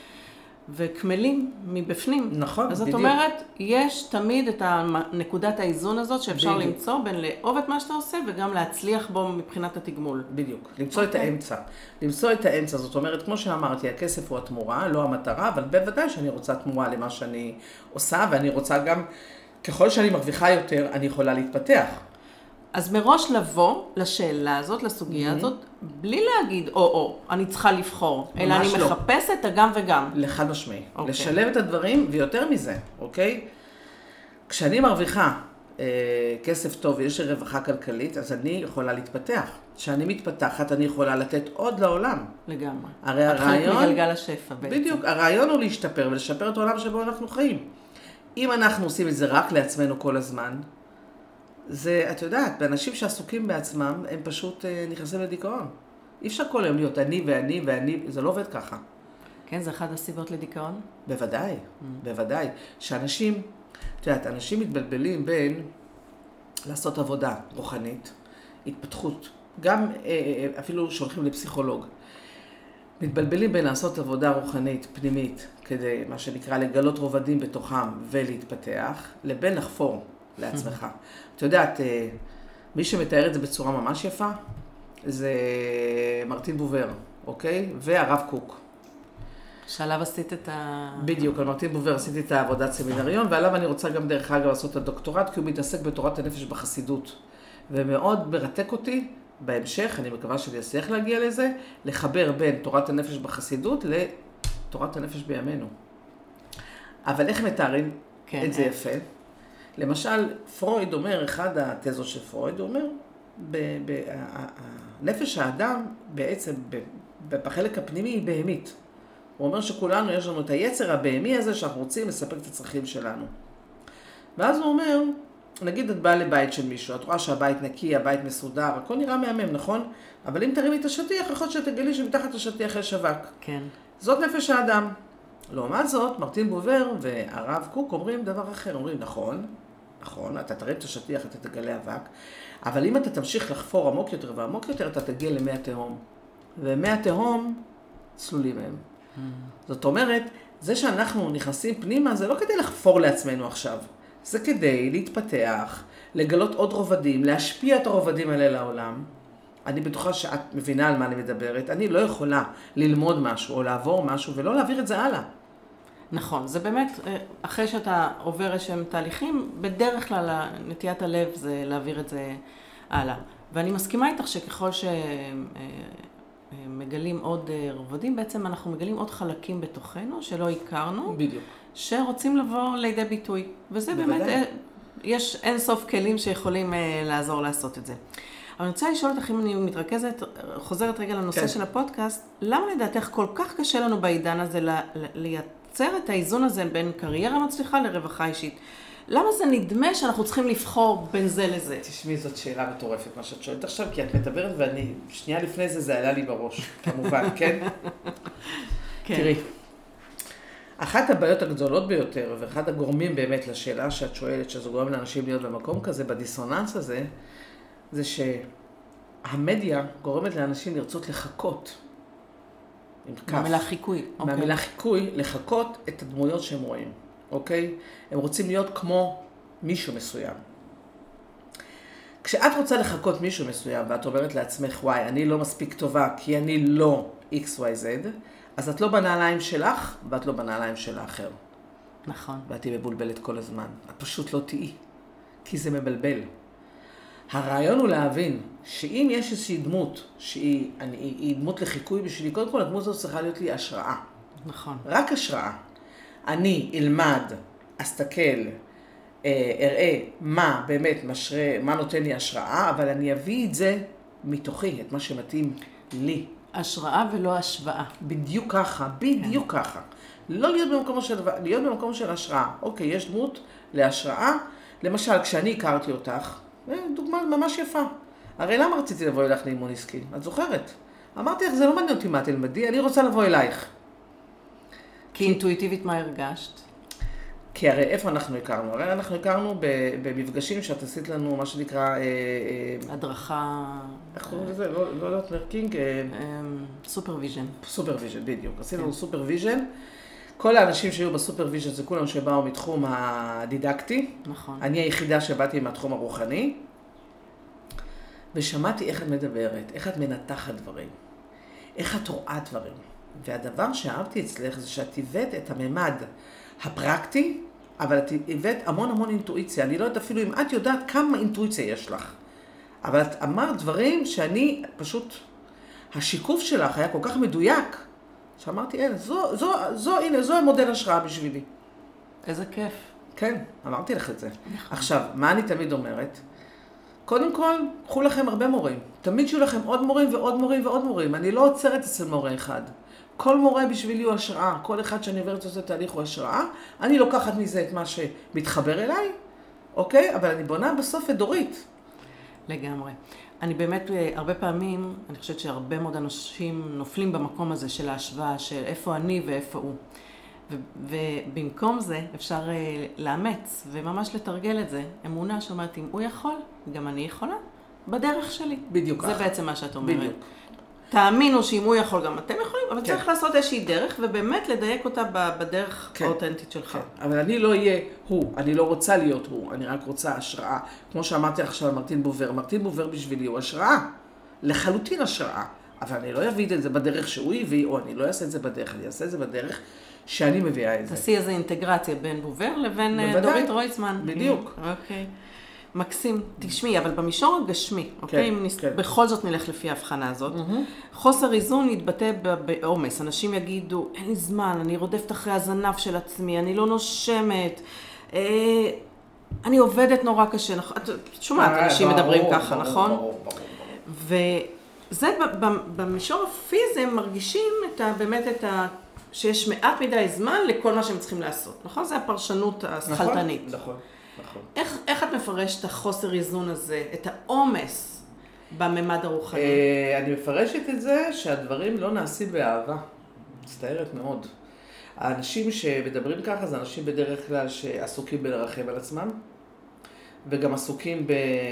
וכמלים מבפנים. נכון, אז בדיוק. זאת אומרת, יש תמיד את נקודת האיזון הזאת שאפשר בדיוק. למצוא בין לאהוב את מה שאתה עושה וגם להצליח בו מבחינת התגמול. בדיוק. למצוא את האמצע. למצוא את האמצע, זאת אומרת, כמו שאמרתי, הכסף הוא התמורה, לא המטרה, אבל בוודאי שאני רוצה תמורה למה שאני עושה, ואני רוצה גם, ככל שאני מרוויחה יותר, אני יכולה להתפתח. אז מראש לבוא לשאלה הזאת, לסוגיה הזאת, בלי להגיד או, אני צריכה לבחור, אלא אני לא. מחפשת הגם וגם. לחד משמעי. אוקיי. לשלב את הדברים, ויותר מזה, אוקיי? כשאני מרוויחה כסף טוב ויש לי רווחה כלכלית, אז אני יכולה להתפתח. כשאני מתפתחת, אני יכולה לתת עוד לעולם. לגמרי. הרי הרעיון... חלק מגלגל השפע בעצם. בדיוק, הרעיון הוא להשתפר ולשפר את העולם שבו אנחנו חיים. אם אנחנו עושים את זה רק לעצמנו כל הזמן, זה, את יודעת, באנשים שעסוקים בעצמם, הם פשוט נכנסים לדיכאון. אי אפשר כל היום להיות אני ואני ואני, זה לא עובד ככה. כן, זה אחד הסיבות לדיכאון? בוודאי, בוודאי. שאנשים, את יודעת, אנשים מתבלבלים בין לעשות עבודה רוחנית, התפתחות, גם אפילו שהולכים לפסיכולוג. מתבלבלים בין לעשות עבודה רוחנית, פנימית, כדי מה שנקרא לגלות רובדים בתוכם ולהתפתח, לבין לחפור לעצמך. את יודעת, מי שמתאר את זה בצורה ממש יפה, זה מרטין בובר, אוקיי? והרב קוק. שעליו עשית את בדיוק, על מרטין בובר עשיתי את העבודת סמינריון, ועליו אני רוצה גם דרך אגב לעשות את הדוקטורט, כי הוא מתעסק בתורת הנפש בחסידות. ומאוד מרתק אותי בהמשך, אני מקווה שאני אצליח להגיע לזה, לחבר בין תורת הנפש בחסידות לתורת הנפש בימינו. אבל איך מתארים את זה יפה? למשל, פרויד אומר, אחד התזות של פרויד, הוא אומר, נפש האדם בעצם, בחלק הפנימי היא בהמית. הוא אומר שכולנו, יש לנו את היצר הבהמי הזה שאנחנו רוצים לספק את הצרכים שלנו. ואז הוא אומר, נגיד את באה לבית של מישהו, את רואה שהבית נקי, הבית מסודר, הכל נראה מהמם, נכון? אבל אם תרימי את השטיח, יכול שתגלי שמתחת השטיח יש אבק. כן. זאת נפש האדם. לעומת זאת, מרטין בובר והרב קוק אומרים דבר אחר, אומרים, נכון, אתה תרים את השטיח, אתה תגלה אבק, אבל אם אתה תמשיך לחפור עמוק יותר ועמוק יותר, אתה תגיע למי התהום. ומי התהום צלולים מהם. זאת אומרת, זה שאנחנו נכנסים פנימה, זה לא כדי לחפור לעצמנו עכשיו. זה כדי להתפתח, לגלות עוד רובדים, להשפיע את הרובדים האלה לעולם. אני בטוחה שאת מבינה על מה אני מדברת. אני לא יכולה ללמוד משהו או לעבור משהו ולא להעביר את זה הלאה. נכון, זה באמת, אחרי שאתה עובר איזשהם תהליכים, בדרך כלל נטיית הלב זה להעביר את זה הלאה. ואני מסכימה איתך שככל שמגלים עוד רובדים, בעצם אנחנו מגלים עוד חלקים בתוכנו שלא הכרנו. בדיוק. שרוצים לבוא לידי ביטוי. וזה באמת, יש אין סוף כלים שיכולים לעזור לעשות את זה. אבל אני רוצה לשאול אותך אם אני חוזרת רגע לנושא של הפודקאסט, למה לדעתך כל כך קשה לנו בעידן הזה לייצר את האיזון הזה בין קריירה מצליחה לרווחה אישית? למה זה נדמה שאנחנו צריכים לבחור בין זה לזה? תשמעי, זאת שאלה מטורפת, מה שאת שואלת עכשיו, כי את מדברת ואני, שנייה לפני זה עלה לי בראש, כמובן, כן? תראי, אחת הבעיות הגדולות ביותר, ואחד הגורמים באמת לשאלה שאת שואלת, שזה גורם לאנשים להיות במקום כזה, בדיסוננס הזה, זה שהמדיה גורמת לאנשים לרצות לחכות עם כף. מהמילה חיקוי. מהמילה חיקוי, לחכות את הדמויות שהם רואים, אוקיי? הם רוצים להיות כמו מישהו מסוים. כשאת רוצה לחכות מישהו מסוים, ואת אומרת לעצמך, וואי, אני לא מספיק טובה, כי אני לא XYZ, אז את לא בנעליים שלך, ואת לא בנעליים של האחר. נכון. ואת תהיי מבולבלת כל הזמן. את פשוט לא תהיי, כי זה מבלבל. הרעיון הוא להבין שאם יש איזושהי דמות שהיא דמות לחיקוי בשבילי, קודם כל הדמות הזאת צריכה להיות לי השראה. נכון. רק השראה. אני אלמד, אסתכל, אראה מה באמת מה נותן לי השראה, אבל אני אביא את זה מתוכי, את מה שמתאים לי. השראה ולא השוואה. בדיוק ככה, בדיוק ככה. לא להיות במקום של השראה. אוקיי, יש דמות להשראה. למשל, כשאני הכרתי אותך, דוגמה ממש יפה. הרי למה רציתי לבוא אלייך לאימון עסקי? את זוכרת? אמרתי לך, זה לא מעניין אותי מה תלמדי, אני רוצה לבוא אלייך. כי אינטואיטיבית מה הרגשת? כי הרי איפה אנחנו הכרנו? הרי אנחנו הכרנו במפגשים שאת עשית לנו, מה שנקרא... הדרכה... איך קוראים לזה? לא יודעת מרקינג? סופרוויז'ן. סופרוויז'ן, בדיוק. עשינו לנו סופרוויז'ן. כל האנשים שהיו בסופרוויז'ן זה כולם שבאו מתחום הדידקטי. נכון. אני היחידה שבאתי מהתחום הרוחני. ושמעתי איך את מדברת, איך את מנתחת דברים, איך את רואה דברים. והדבר שאהבתי אצלך זה שאת הבאת את הממד הפרקטי, אבל את הבאת המון אינטואיציה. אני לא יודעת אפילו אם את יודעת כמה אינטואיציה יש לך. אבל את אמרת דברים שאני פשוט, השיקוף שלך היה כל כך מדויק, שאמרתי, הנה, זו המודל השראה בשבילי. איזה כיף. כן, אמרתי לך את זה. נכון. עכשיו, מה אני תמיד אומרת? קודם כל, קחו לכם הרבה מורים. תמיד שיהיו לכם עוד מורים ועוד מורים ועוד מורים. אני לא עוצרת אצל מורה אחד. כל מורה בשבילי הוא השראה. כל אחד שאני עוברת לעשות תהליך הוא השראה. אני לוקחת מזה את מה שמתחבר אליי, אוקיי? אבל אני בונה בסוף את דורית. לגמרי. אני באמת, הרבה פעמים, אני חושבת שהרבה מאוד אנשים נופלים במקום הזה של ההשוואה, של איפה אני ואיפה הוא. ובמקום זה אפשר לאמץ וממש לתרגל את זה. אמונה שאומרת, אם הוא יכול, גם אני יכולה, בדרך שלי. בדיוק ככה. זה בעצם מה שאת אומרת. בדיוק. תאמינו שאם הוא יכול, גם אתם יכולים, אבל צריך לעשות איזושהי דרך, ובאמת לדייק אותה בדרך האותנטית שלך. אבל אני לא אהיה הוא, אני לא רוצה להיות הוא, אני רק רוצה השראה. כמו שאמרתי לך עכשיו על מרטין בובר, מרטין בובר בשבילי הוא השראה, לחלוטין השראה. אבל אני לא אביא את זה בדרך שהוא הביא, או אני לא אעשה את זה בדרך, אני אעשה את זה בדרך שאני מביאה את זה. תעשי איזו אינטגרציה בין בובר לבין דורית רויצמן. בדיוק. אוקיי. מקסים. תשמעי, אבל במישור הגשמי, אוקיי? אם בכל זאת נלך לפי ההבחנה הזאת, חוסר איזון יתבטא בעומס. אנשים יגידו, אין לי זמן, אני רודפת אחרי הזנב של עצמי, אני לא נושמת, אני עובדת נורא קשה. את שומעת, אנשים מדברים ככה, נכון? ברור. וזה במישור הפיזי הם מרגישים באמת שיש מעט מדי זמן לכל מה שהם צריכים לעשות. נכון? זה הפרשנות השכלתנית. נכון. איך את מפרשת את החוסר איזון הזה, את העומס בממד הרוחני? אני מפרשת את זה שהדברים לא נעשים באהבה. מצטערת מאוד. האנשים שמדברים ככה זה אנשים בדרך כלל שעסוקים בלרחם על עצמם, וגם עסוקים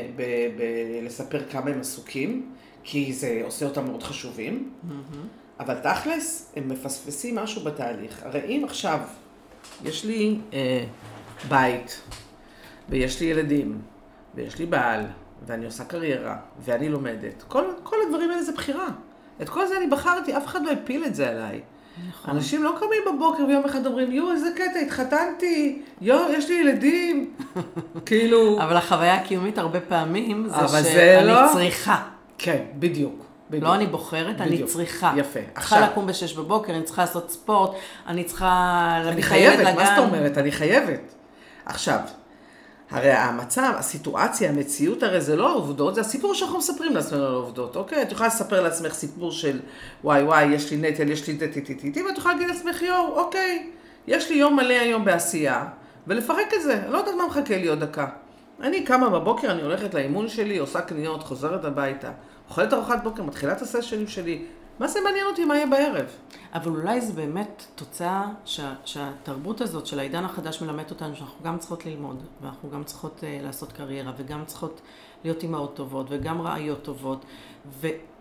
לספר כמה הם עסוקים, כי זה עושה אותם מאוד חשובים. אבל תכלס, הם מפספסים משהו בתהליך. הרי אם עכשיו יש לי בית, ויש לי ילדים, ויש לי בעל, ואני עושה קריירה, ואני לומדת. כל הדברים האלה זה בחירה. את כל זה אני בחרתי, אף אחד לא הפיל את זה עליי. נכון. אנשים לא קמים בבוקר ויום אחד אומרים, איזה קטע, התחתנתי, יש לי ילדים. כאילו... אבל החוויה הקיומית הרבה פעמים זה שאני צריכה. כן, בדיוק. לא אני בוחרת, אני צריכה. יפה. צריכה לקום ב-6 בבוקר, אני צריכה לעשות ספורט, אני צריכה... אני חייבת, מה זאת אומרת? אני חייבת. עכשיו, הרי המצב, הסיטואציה, המציאות, הרי זה לא העובדות, זה הסיפור שאנחנו מספרים לעצמנו על העובדות, אוקיי? את יכולה לספר לעצמך סיפור של וואי, יש לי נטל, יש לי דתי, ואת יכולה להגיד לעצמך, אוקיי, יש לי יום מלא היום בעשייה, ולפרק את זה, אני לא יודעת מה מחכה לי עוד דקה. אני קמה בבוקר, אני הולכת לאימון שלי, עושה קניות, חוזרת הביתה, אוכלת ארוחת בוקר, מתחילה את הסשנים שלי, מה זה מעניין אותי מה יהיה בערב? אבל אולי זה באמת תוצאה שהתרבות הזאת של העידן החדש מלמד אותנו שאנחנו גם צריכות ללמוד, ואנחנו גם צריכות לעשות קריירה, וגם צריכות להיות אימהות טובות, וגם רעיות טובות,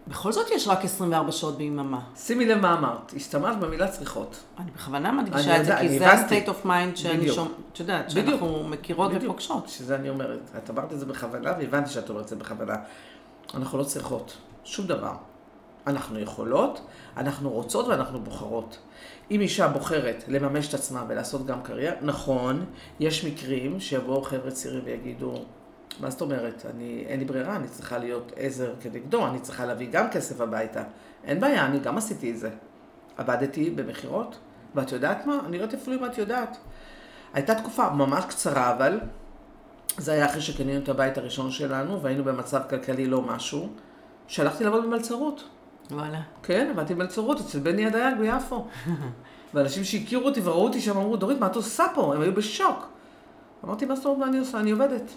בכל זאת יש רק 24 שעות ביממה. שימי לב מה אמרת, השתמשת במילה צריכות. אני בכוונה מדגישה את זה, כי זה ה-state of mind שאני יודעת, שאנחנו מכירות ופוגשות. שזה אני אומרת. את אמרת את זה בכוונה, והבנתי שאת אומרת את זה בכוונה. אנחנו לא צריכות שום דבר. אנחנו יכולות, אנחנו רוצות ואנחנו בוחרות. אם אישה בוחרת לממש את עצמה ולעשות גם קריירה, נכון, יש מקרים שיבואו חבר'ה צעירים ויגידו, מה זאת אומרת? אין לי ברירה, אני צריכה להיות עזר כנגדו, אני צריכה להביא גם כסף הביתה. אין בעיה, אני גם עשיתי את זה. עבדתי במחירות, ואת יודעת מה? אני לא יודעת אפילו אם את יודעת. הייתה תקופה ממש קצרה, אבל זה היה אחרי שקנינו את הבית הראשון שלנו, והיינו במצב כלכלי לא משהו, שהלכתי לעבוד במלצרות. וואלה. כן, עבדתי במלצרות אצל בני הדייג ביפו. ואנשים שהכירו אותי וראו אותי שם אמרו, דורית, מה את עושה פה? הם היו בשוק. אמרתי, מה זאת אומרת, מה אני עושה? אני עובדת.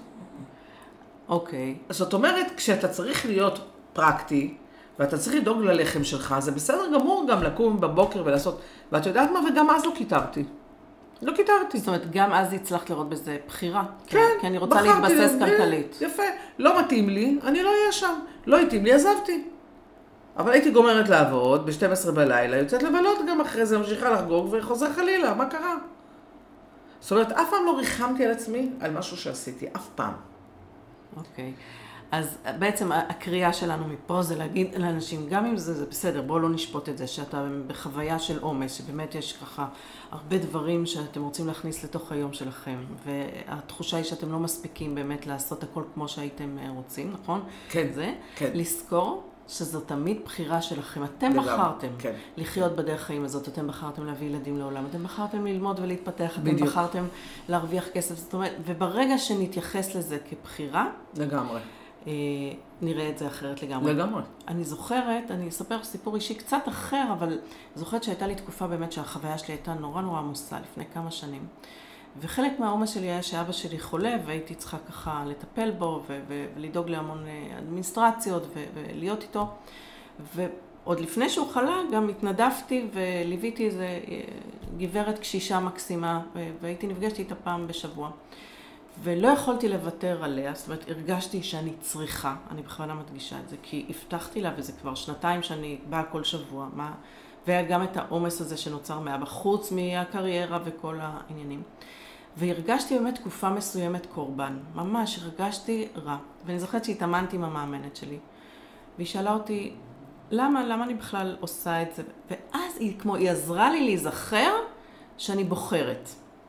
אוקיי. זאת אומרת, כשאתה צריך להיות פרקטי, ואתה צריך לדאוג ללחם שלך, זה בסדר גמור גם לקום בבוקר ולעשות, ואת יודעת מה? וגם אז לא קיטרתי. זאת אומרת, גם אז הצלחת לראות בזה בחירה. כן, כי אני רוצה להתבסס כלכלית. יפה. לא מתאים לי, אני לא אהיה שם. לא התאים לי, עזבתי. אבל הייתי גומרת לעבוד, ב-12 בלילה, יוצאת לבלות גם אחרי זה, ממשיכה לחגוג וחוזר חלילה, מה קרה? זאת אומרת, אף פעם לא ריחמתי על עצמי על משהו שעשיתי, אף פעם. אוקיי. אז בעצם הקריאה שלנו מפה זה להגיד לאנשים, גם אם זה בסדר, בואו לא נשפוט את זה, שאתה בחוויה של עומס, שבאמת יש ככה הרבה דברים שאתם רוצים להכניס לתוך היום שלכם, והתחושה היא שאתם לא מספיקים באמת לעשות הכל כמו שהייתם רוצים, נכון? כן. זה? כן. לזכור שזו תמיד בחירה שלכם. אתם בחרתם כן. לחיות בדרך חיים הזאת, אתם בחרתם להביא ילדים לעולם, אתם בחרתם ללמוד ולהתפתח, אתם בדיוק. בחרתם להרוויח כסף, זאת אומרת, וברגע שנתייחס לזה כבחירה, לגמרי. נראה את זה אחרת לגמרי. לגמרי. אני זוכרת, אני אספר סיפור אישי קצת אחר, אבל זוכרת שהייתה לי תקופה באמת שהחוויה שלי הייתה נורא עמוסה לפני כמה שנים. חלק מהעומס שלי היה שאבא שלי חולה, והייתי צריכה ככה לטפל בו, ולדאוג להמון אדמיניסטרציות, ולהיות איתו. ועוד לפני שהוא חלה, גם התנדבתי וליוויתי איזו גברת קשישה מקסימה, והייתי נפגשתי איתה פעם בשבוע. ולא יכולתי לוותר עליה, זאת אומרת, הרגשתי שאני צריכה, אני בכוונה מדגישה את זה, כי הבטחתי לה, וזה כבר 2 שאני באה כל שבוע, והיה גם את העומס הזה שנוצר מאבא, חוץ מהקריירה וכל העניינים. והרגשתי באמת תקופה מסוימת קורבן, ממש הרגשתי רע. ואני זוכרת שהתאמנתי עם המאמנת שלי, והיא שאלה אותי, למה אני בכלל עושה את זה? ואז היא עזרה לי להיזכר שאני בוחרת.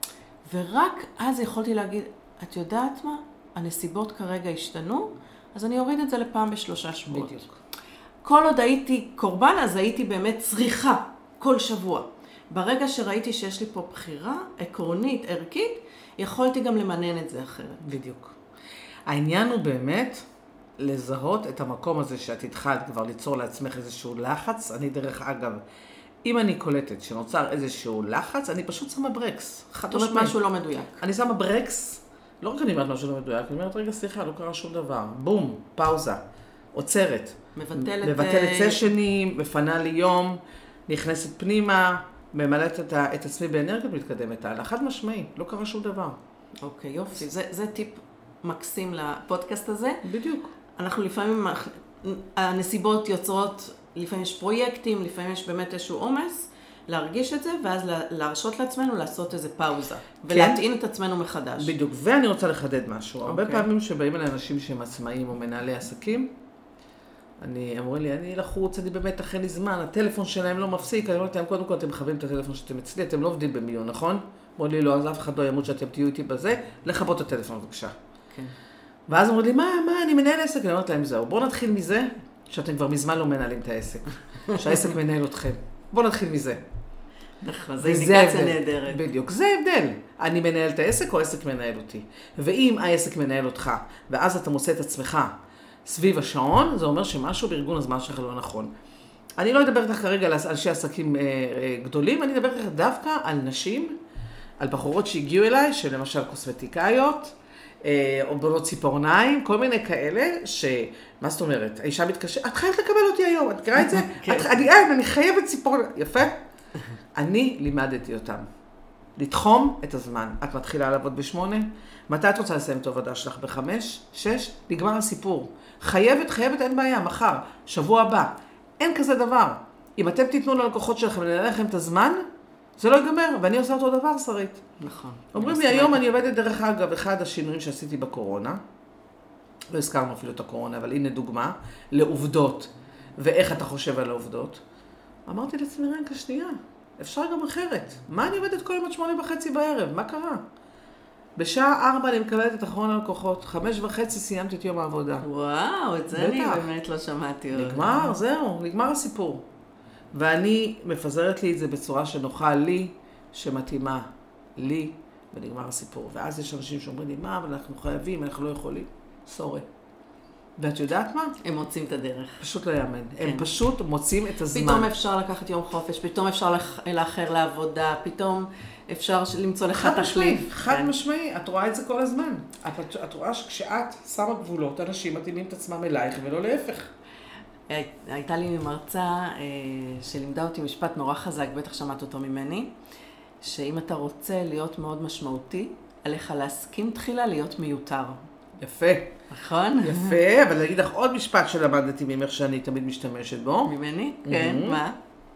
ורק אז יכולתי להגיד, את יודעת מה? הנסיבות כרגע השתנו, אז אני אוריד את זה לפעם ב3 שבועות. בדיוק. כל עוד הייתי קורבן, אז הייתי באמת צריכה כל שבוע. ברגע שראיתי שיש לי פה בחירה עקרונית, ערכית, יכולתי גם למנן את זה אחרת. בדיוק. העניין הוא באמת לזהות את המקום הזה שאת התחלת כבר ליצור לעצמך איזשהו לחץ. אני דרך אגב, אם אני קולטת שנוצר איזשהו לחץ, אני פשוט שמה ברקס. זאת אומרת משהו לא מדויק. אני שמה ברקס, לא רק אני אומרת משהו לא מדויק, אני אומרת רגע סליחה, לא קרה שום דבר. בום, פאוזה, עוצרת. מבטלת סשנים, מפנה לי יום, נכנסת פנימה, ממלאת את עצמי באנרגיה מתקדמת הלאה. חד משמעי, לא קרה שום דבר. אוקיי, יופי. זה טיפ מקסים לפודקאסט הזה. בדיוק. אנחנו לפעמים, הנסיבות יוצרות, לפעמים יש פרויקטים, לפעמים יש באמת איזשהו עומס, להרגיש את זה, ואז להרשות לעצמנו לעשות איזה פאוזה, ולהטעין את עצמנו מחדש. בדיוק, ואני רוצה לחדד משהו. הרבה פעמים שבאים אליי אנשים שהם עצמאים או מנהלי עסקים, אמרו לי, אני לחוץ, אני באמת אחרי לי זמן, הטלפון שלהם לא מפסיק, אני אומרת להם, קודם כל אתם מכבים את הטלפון שאתם אצלי, אתם לא עובדים במיליון, נכון? אמרו לי, לא, אז אף אחד לא ימות שאתם תהיו איתי בזה, לכבות את הטלפון בבקשה. כן. ואז אמרו לי, מה, אני מנהל עסק? אני אומרת להם, זהו, בואו נתחיל מזה, שאתם כבר מזמן לא מנהלים את העסק, שהעסק מנהל אתכם. בואו נתחיל מזה. נכון, זה אינדיקציה נהדרת. בדיוק, זה ההבדל. אני מנהל את העסק או העסק מנהל אותי. ואם העסק מנהל אותך, ואז אתה מוצא את עצמך סביב השעון, זה אומר שמשהו בארגון הזמן שלך לא נכון. אני לא אדבר איתך כרגע על אנשי עסקים גדולים, אני אדבר איתך דווקא על נשים, על בחורות שהגיעו אליי, שלמשל קוסמטיקאיות, או בנות ציפורניים, כל מיני כאלה, מה זאת אומרת? האישה מתקשרת, את חייבת לקבל אותי היום, את קראה את זה? אני חייבת ציפורניים, יפה? אני לימדתי אותם. לתחום את הזמן. את מתחילה לעבוד ב8, מתי את רוצה לסיים את העבודה שלך? ב5, 6, נגמר הסיפור. חייבת, אין בעיה, מחר, שבוע הבא. אין כזה דבר. אם אתם תיתנו ללקוחות שלכם לנהל לכם את הזמן, זה לא ייגמר, ואני עושה אותו דבר, שרית. נכון. אומרים לי, היום אני עובדת דרך אגב, אחד השינויים שעשיתי בקורונה, לא הזכרנו אפילו את הקורונה, אבל הנה דוגמה, לעובדות, ואיך אתה חושב על העובדות. אמרתי לעצמי, רגע, שנייה, אפשר גם אחרת. מה אני עובדת כל יום עד 8:30 בערב? מה קרה? בשעה 4 אני מקבלת את אחרון הלקוחות, 5:30 סיימתי את יום העבודה. וואו, את זה אני באמת לא שמעתי. נגמר, זהו, נגמר הסיפור. ואני מפזרת לי את זה בצורה שנוחה לי, שמתאימה לי, ונגמר הסיפור. ואז יש אנשים שאומרים לי, מה, אבל אנחנו חייבים, אנחנו לא יכולים. סורי. ואת יודעת מה? הם מוצאים את הדרך. פשוט לא יאמן. כן. הם פשוט מוצאים את הזמן. פתאום אפשר לקחת יום חופש, פתאום אפשר לאחר לעבודה, פתאום אפשר למצוא לך תחליף. חד משמעי, את רואה את זה כל הזמן. את רואה שכשאת שמה גבולות, אנשים מתאימים את עצמם אלייך ולא להפך. הייתה לי מרצה שלימדה אותי משפט נורא חזק, בטח שמעת אותו ממני, שאם אתה רוצה להיות מאוד משמעותי, עליך להסכים תחילה להיות מיותר. יפה. נכון? יפה, אבל אני אגיד לך עוד משפט שלמדתי ממך שאני תמיד משתמשת בו. ממני? כן, מה?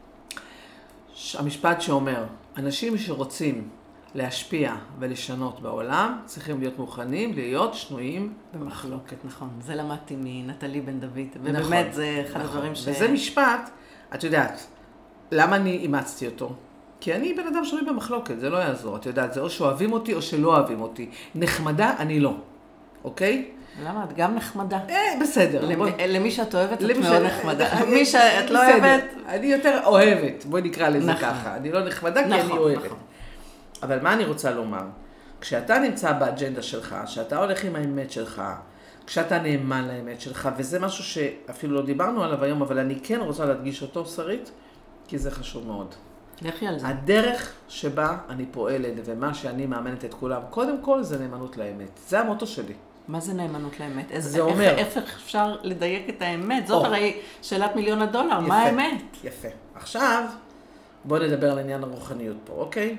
המשפט שאומר, אנשים שרוצים להשפיע ולשנות בעולם, צריכים להיות מוכנים להיות שנויים במחלוקת. נכון, זה למדתי מנטלי בן דוד, ובאמת זה אחד הדברים וזה משפט, את יודעת, למה אני אימצתי אותו? כי אני בן אדם שנוי במחלוקת, זה לא יעזור, את יודעת, זה או שאוהבים אותי או שלא אוהבים אותי. נחמדה, אני לא, אוקיי? למה? את גם נחמדה. בסדר. למי שאת אוהבת, את מאוד נחמדה. מי שאת לא אוהבת... אני יותר אוהבת, בואי נקרא לזה ככה. אני לא נחמדה כי אני אוהבת. אבל מה אני רוצה לומר? כשאתה נמצא באג'נדה שלך, שאתה הולך עם האמת שלך, כשאתה נאמן לאמת שלך, וזה משהו שאפילו לא דיברנו עליו היום, אבל אני כן רוצה להדגיש אותו, שרית, כי זה חשוב מאוד. לכי על זה. הדרך שבה אני פועלת ומה שאני מאמנת את כולם, קודם כל זה נאמנות לאמת. זה המוטו שלי. מה זה נאמנות לאמת? זה אומר... איך אפשר לדייק את האמת? זאת הרי שאלת $1,000,000. מה האמת? יפה. עכשיו, בואו נדבר על עניין הרוחניות פה, אוקיי?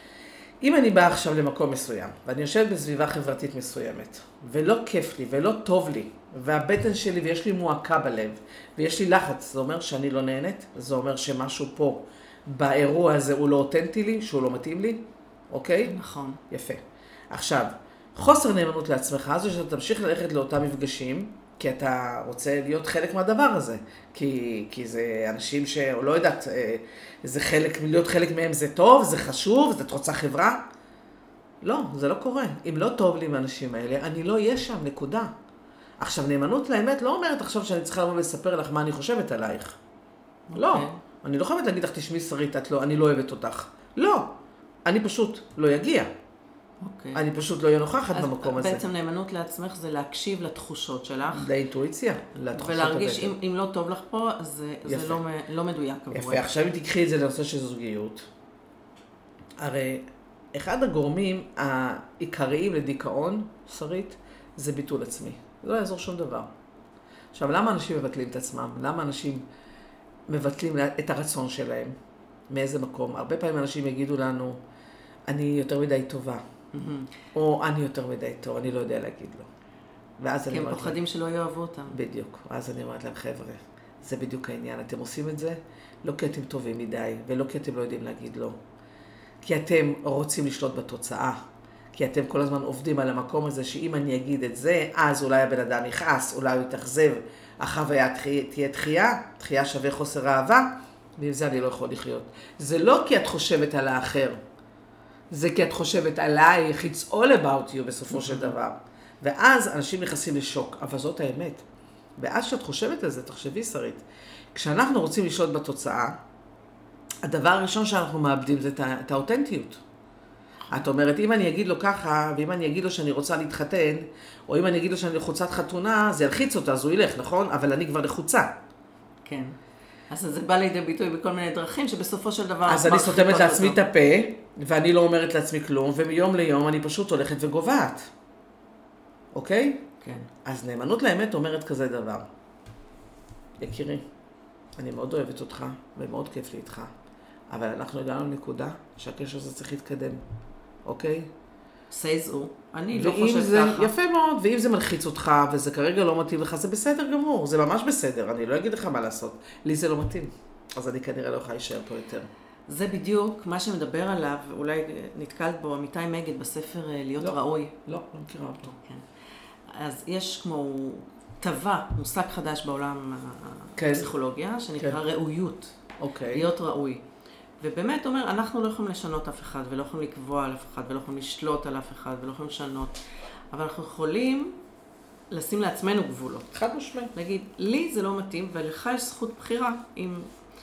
אם אני באה עכשיו למקום מסוים, ואני יושבת בסביבה חברתית מסוימת, ולא כיף לי ולא טוב לי, והבטן שלי ויש לי מועקה בלב, ויש לי לחץ, זה אומר שאני לא נהנית, זה אומר שמשהו פה באירוע הזה הוא לא אותנטי לי, שהוא לא מתאים לי, אוקיי? נכון. יפה. עכשיו, חוסר נאמנות לעצמך, אז שאתה תמשיך ללכת לאותם מפגשים, כי אתה רוצה להיות חלק מהדבר הזה. כי זה אנשים שלא יודעת, זה חלק, להיות חלק מהם זה טוב, זה חשוב, את רוצה חברה. לא, זה לא קורה. אם לא טוב לי עם האנשים האלה, אני לא אהיה שם, נקודה. עכשיו, נאמנות לאמת לא אומרת עכשיו שאני צריכה לבוא ולספר לך מה אני חושבת עלייך. לא. אני לא חייבת להגיד לך, תשמעי שרית, אני לא אוהבת אותך. לא. אני פשוט לא יגיע. אני פשוט לא אהיה נוכחת במקום הזה. אז בעצם נאמנות לעצמך זה להקשיב לתחושות שלך. לאינטואיציה, לתחושות הבטן. ולהרגיש, אם לא טוב לך פה, אז זה לא מדויק עבורך. יפה, עכשיו אם תקחי את זה לנושא של זוגיות. הרי אחד הגורמים העיקריים לדיכאון, שרית, זה ביטול עצמי. זה לא יעזור שום דבר. עכשיו, למה אנשים מבטלים את עצמם? למה אנשים מבטלים את הרצון שלהם? מאיזה מקום? הרבה פעמים אנשים יגידו לנו, אני יותר מדי טובה. או אני יותר מדי טוב, אני לא יודע להגיד לו. ואז כי הם פוחדים שלא יאהבו אותם. בדיוק. אז אני אומרת להם, חבר'ה, זה בדיוק העניין. אתם עושים את זה לא כי אתם טובים מדי, ולא כי אתם לא יודעים להגיד לא. כי אתם רוצים לשלוט בתוצאה. כי אתם כל הזמן עובדים על המקום הזה, שאם אני אגיד את זה, אז אולי הבן אדם יכעס, אולי הוא יתאכזב, החוויה תהיה דחייה, דחייה שווה חוסר אהבה, ועם זה אני לא יכול לחיות. זה לא כי את חושבת על האחר. זה כי את חושבת עלייך, it's all about you בסופו של דבר. ואז אנשים נכנסים לשוק, אבל זאת האמת. ואז שאת חושבת על זה, תחשבי שרית, כשאנחנו רוצים לשלוט בתוצאה, הדבר הראשון שאנחנו מאבדים זה את האותנטיות. את אומרת, אם אני אגיד לו ככה, ואם אני אגיד לו שאני רוצה להתחתן, או אם אני אגיד לו שאני לחוצת חתונה, זה ילחיץ אותה, אז הוא ילך, נכון? אבל אני כבר לחוצה. כן. אז זה בא לידי ביטוי בכל מיני דרכים, שבסופו של דבר... אז אני סותמת לעצמי את הפה, ואני לא אומרת לעצמי כלום, ומיום ליום אני פשוט הולכת וגובעת. אוקיי? כן. אז נאמנות לאמת אומרת כזה דבר. יקירי, אני מאוד אוהבת אותך, ומאוד כיף לי איתך, אבל אנחנו הגענו לנקודה שהקשר הזה צריך להתקדם, אוקיי? סייזו, אני לא חושבת ככה. יפה מאוד, ואם זה מלחיץ אותך, וזה כרגע לא מתאים לך, זה בסדר גמור, זה ממש בסדר, אני לא אגיד לך מה לעשות. לי זה לא מתאים, אז אני כנראה לא יכולה להישאר פה יותר. זה בדיוק מה שמדבר עליו, אולי נתקלת בו, אמיתי מגד בספר להיות ראוי. לא מכירה אותו. כן. אז יש כמו טבע, מושג חדש בעולם הפסיכולוגיה, שנקרא ראויות. להיות ראוי. ובאמת אומר, אנחנו לא יכולים לשנות אף אחד, ולא יכולים לקבוע על אף אחד, ולא יכולים לשלוט על אף אחד, ולא יכולים לשנות. אבל אנחנו יכולים לשים לעצמנו גבולות. חד משמעי. להגיד, לי זה לא מתאים, ולך יש זכות בחירה עם...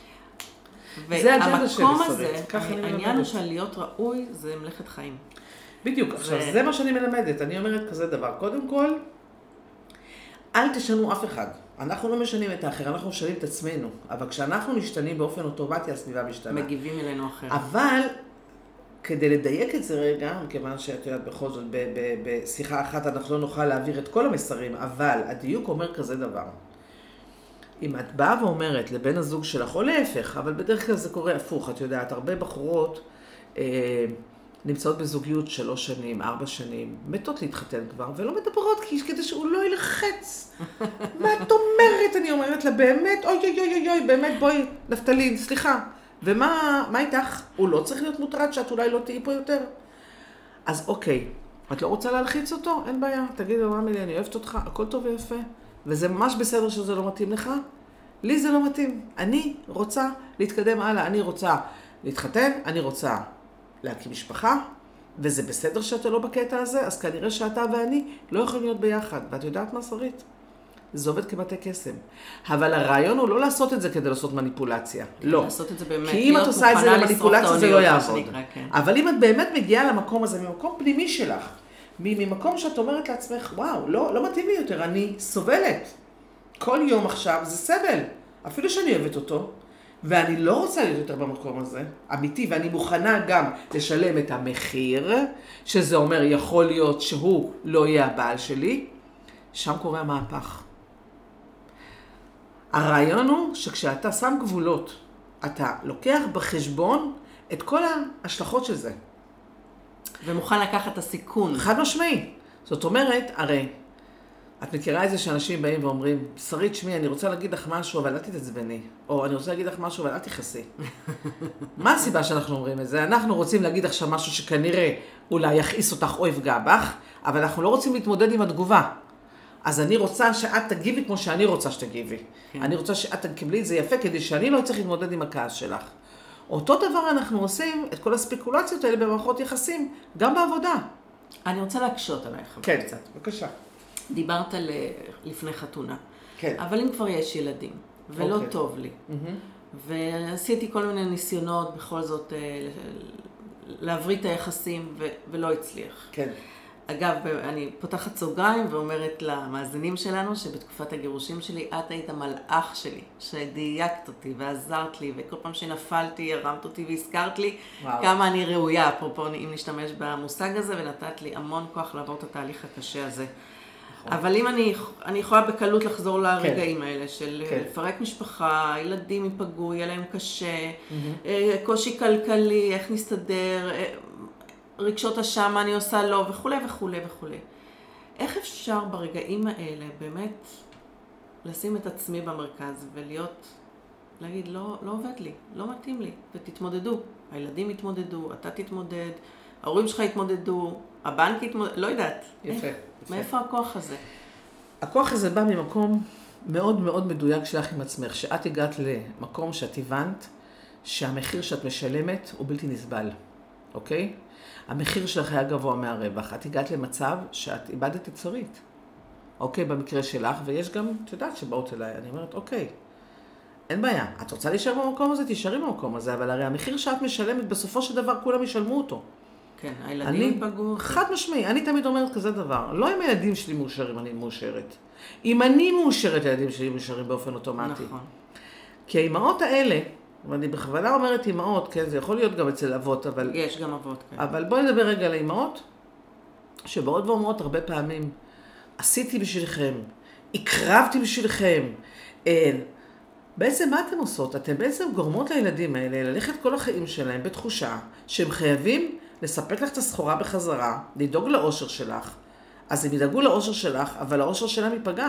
זה הג'נדה שלי, והמקום הזה, העניין הוא של להיות ראוי, זה מלאכת חיים. בדיוק, עכשיו זה מה שאני מלמדת. אני אומרת כזה דבר. קודם כל, אל תשנו אף אחד. אנחנו לא משנים את האחר, אנחנו משנים את עצמנו. אבל כשאנחנו משתנים באופן אוטומטי, הסביבה משתנה. מגיבים אלינו אחר. אבל, כדי לדייק את זה רגע, מכיוון שאת יודעת בכל זאת, בשיחה אחת אנחנו לא נוכל להעביר את כל המסרים, אבל הדיוק אומר כזה דבר. אם את באה ואומרת לבן הזוג שלך, או להפך, אבל בדרך כלל זה קורה הפוך, את יודעת, הרבה בחורות נמצאות בזוגיות 3 שנים, 4 שנים, מתות להתחתן כבר, ולא מדברות כדי שהוא לא ילחץ. מה את אומרת? אני אומרת לה, באמת, אוי, באמת, בואי, נפתלין, סליחה. ומה איתך? הוא לא צריך להיות מוטרד שאת אולי לא תהיי פה יותר. אז אוקיי, את לא רוצה להלחיץ אותו? אין בעיה, תגידי לו, אמילי, אני אוהבת אותך, הכל טוב ויפה. וזה ממש בסדר שזה לא מתאים לך. לי זה לא מתאים. אני רוצה להתקדם הלאה, אני רוצה להתחתן, אני רוצה להקים משפחה, וזה בסדר שאתה לא בקטע הזה, אז כנראה שאתה ואני לא יכולים להיות ביחד. ואת יודעת מה, שרית? זה עובד כבתי קסם. אבל הרעיון הוא לא לעשות את זה כדי לעשות מניפולציה. לא. לעשות את זה באמת. כי אם את עושה את זה למניפולציה, זה לא יעבוד. אבל אם את באמת מגיעה למקום הזה, ממקום פנימי שלך, ממקום שאת אומרת לעצמך, וואו, לא מתאים לי יותר, אני סובלת. כל יום עכשיו זה סבל. אפילו שאני אוהבת אותו, ואני לא רוצה להיות יותר במקום הזה, אמיתי, ואני מוכנה גם לשלם את המחיר, שזה אומר, יכול להיות שהוא לא יהיה הבעל שלי, שם קורה המהפך. הרעיון הוא שכשאתה שם גבולות, אתה לוקח בחשבון את כל ההשלכות של זה. ומוכן לקחת את הסיכון. חד משמעי. זאת אומרת, הרי, את מכירה את זה שאנשים באים ואומרים, שרית, שמי, אני רוצה להגיד לך משהו, אבל אל תתעצבני. או אני רוצה להגיד לך משהו, אבל אל תכעסי. מה הסיבה שאנחנו אומרים את זה? אנחנו רוצים להגיד עכשיו משהו שכנראה אולי יכעיס אותך או יפגע בך, אבל אנחנו לא רוצים להתמודד עם התגובה. אז אני רוצה שאת תגיבי כמו שאני רוצה שתגיבי. כן. אני רוצה שאת תקבלי את זה יפה, כדי שאני לא צריך להתמודד עם הכעס שלך. אותו דבר אנחנו עושים את כל הספקולציות האלה במערכות יחסים, גם בעבודה. אני רוצה להקשות עלייך. כן, קצת, בבקשה. דיברת לפני חתונה. כן. אבל אם כבר יש ילדים, ולא טוב לי, ועשיתי כל מיני ניסיונות בכל זאת להבריא את היחסים, ולא הצליח. כן. אגב, אני פותחת סוגריים ואומרת למאזינים שלנו שבתקופת הגירושים שלי, את היית המלאך שלי, שדייקת אותי ועזרת לי, וכל פעם שנפלתי, הרמת אותי והזכרת לי כמה אני ראויה, אפרופו אם נשתמש במושג הזה, ונתת לי המון כוח לעבור את התהליך הקשה הזה. אבל אם אני יכולה בקלות לחזור לרגעים האלה של לפרק משפחה, ילדים ייפגעו, יהיה להם קשה, קושי כלכלי, איך נסתדר, רגשות אשם, מה אני עושה לו, וכו' וכו' וכו'. איך אפשר ברגעים האלה באמת לשים את עצמי במרכז להגיד, לא עובד לי, לא מתאים לי, ותתמודדו. הילדים יתמודדו, אתה תתמודד, ההורים שלך יתמודדו, הבנק יתמודד, לא יודעת. יפה. מאיפה הכוח הזה? הכוח הזה בא ממקום מאוד מאוד מדויק שלך עם עצמך, שאת הגעת למקום שאת הבנת שהמחיר שאת משלמת הוא בלתי נסבל, אוקיי? המחיר שלך היה גבוה מהרווח. את הגעת למצב שאת איבדת את שרית. אוקיי, במקרה שלך, ויש גם, את יודעת שבאות אליי, אני אומרת, אוקיי, אין בעיה. את רוצה להישאר במקום הזה, תישארי במקום הזה, אבל הרי המחיר שאת משלמת, בסופו של דבר כולם ישלמו אותו. כן, הילדים פגעו. חד משמעי, אני תמיד אומרת כזה דבר. לא אם הילדים שלי מאושרים, אני מאושרת. אם אני מאושרת, הילדים שלי מאושרים באופן אוטומטי. נכון. כי האימהות האלה, ואני בכוונה אומרת אימהות, כן, זה יכול להיות גם אצל אבות, אבל... יש גם אבות, כן. אבל בואי נדבר רגע על האימהות, שבאות ואומרות הרבה פעמים, עשיתי בשבילכם, הקרבתי בשבילכם, בעצם מה אתם עושות? אתם בעצם גורמות לילדים האלה ללכת כל החיים שלהם בתחושה שהם חייבים לספק לך את הסחורה בחזרה, לדאוג לאושר שלך. אז הם ידאגו לאושר שלך, אבל האושר שלהם ייפגע.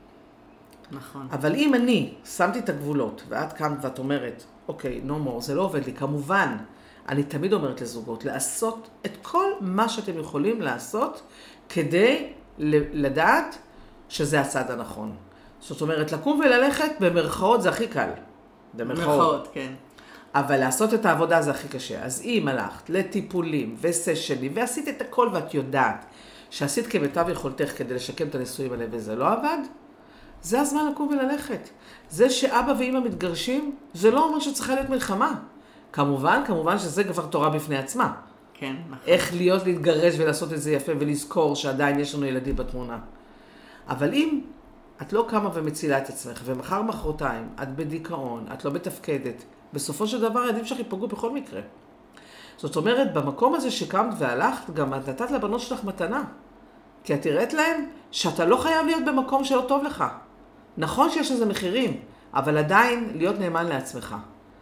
נכון. אבל אם אני שמתי את הגבולות, ואת קמת ואת אומרת, אוקיי, no more, זה לא עובד לי, כמובן, אני תמיד אומרת לזוגות, לעשות את כל מה שאתם יכולים לעשות, כדי לדעת שזה הצד הנכון. זאת אומרת, לקום וללכת במרכאות זה הכי קל. במרכאות, כן. אבל לעשות את העבודה זה הכי קשה. אז אם הלכת לטיפולים וסשנים, ועשית את הכל ואת יודעת שעשית כמיטב יכולתך כדי לשקם את הנישואים האלה וזה לא עבד, זה הזמן לקום וללכת. זה שאבא ואמא מתגרשים, זה לא אומר שצריכה להיות מלחמה. כמובן שזה כבר תורה בפני עצמה. כן, נכון. איך להתגרש ולעשות את זה יפה ולזכור שעדיין יש לנו ילדים בתמונה. אבל אם את לא קמה ומצילה את עצמך, ומחר מחרתיים את בדיכאון, את לא מתפקדת, בסופו של דבר הילדים שלך ייפגעו בכל מקרה. זאת אומרת, במקום הזה שקמת והלכת, גם את נתת לבנות שלך מתנה. כי את תראית להם שאתה לא חייב להיות במקום שלא טוב לך. נכון שיש לזה מחירים, אבל עדיין להיות נאמן לעצמך.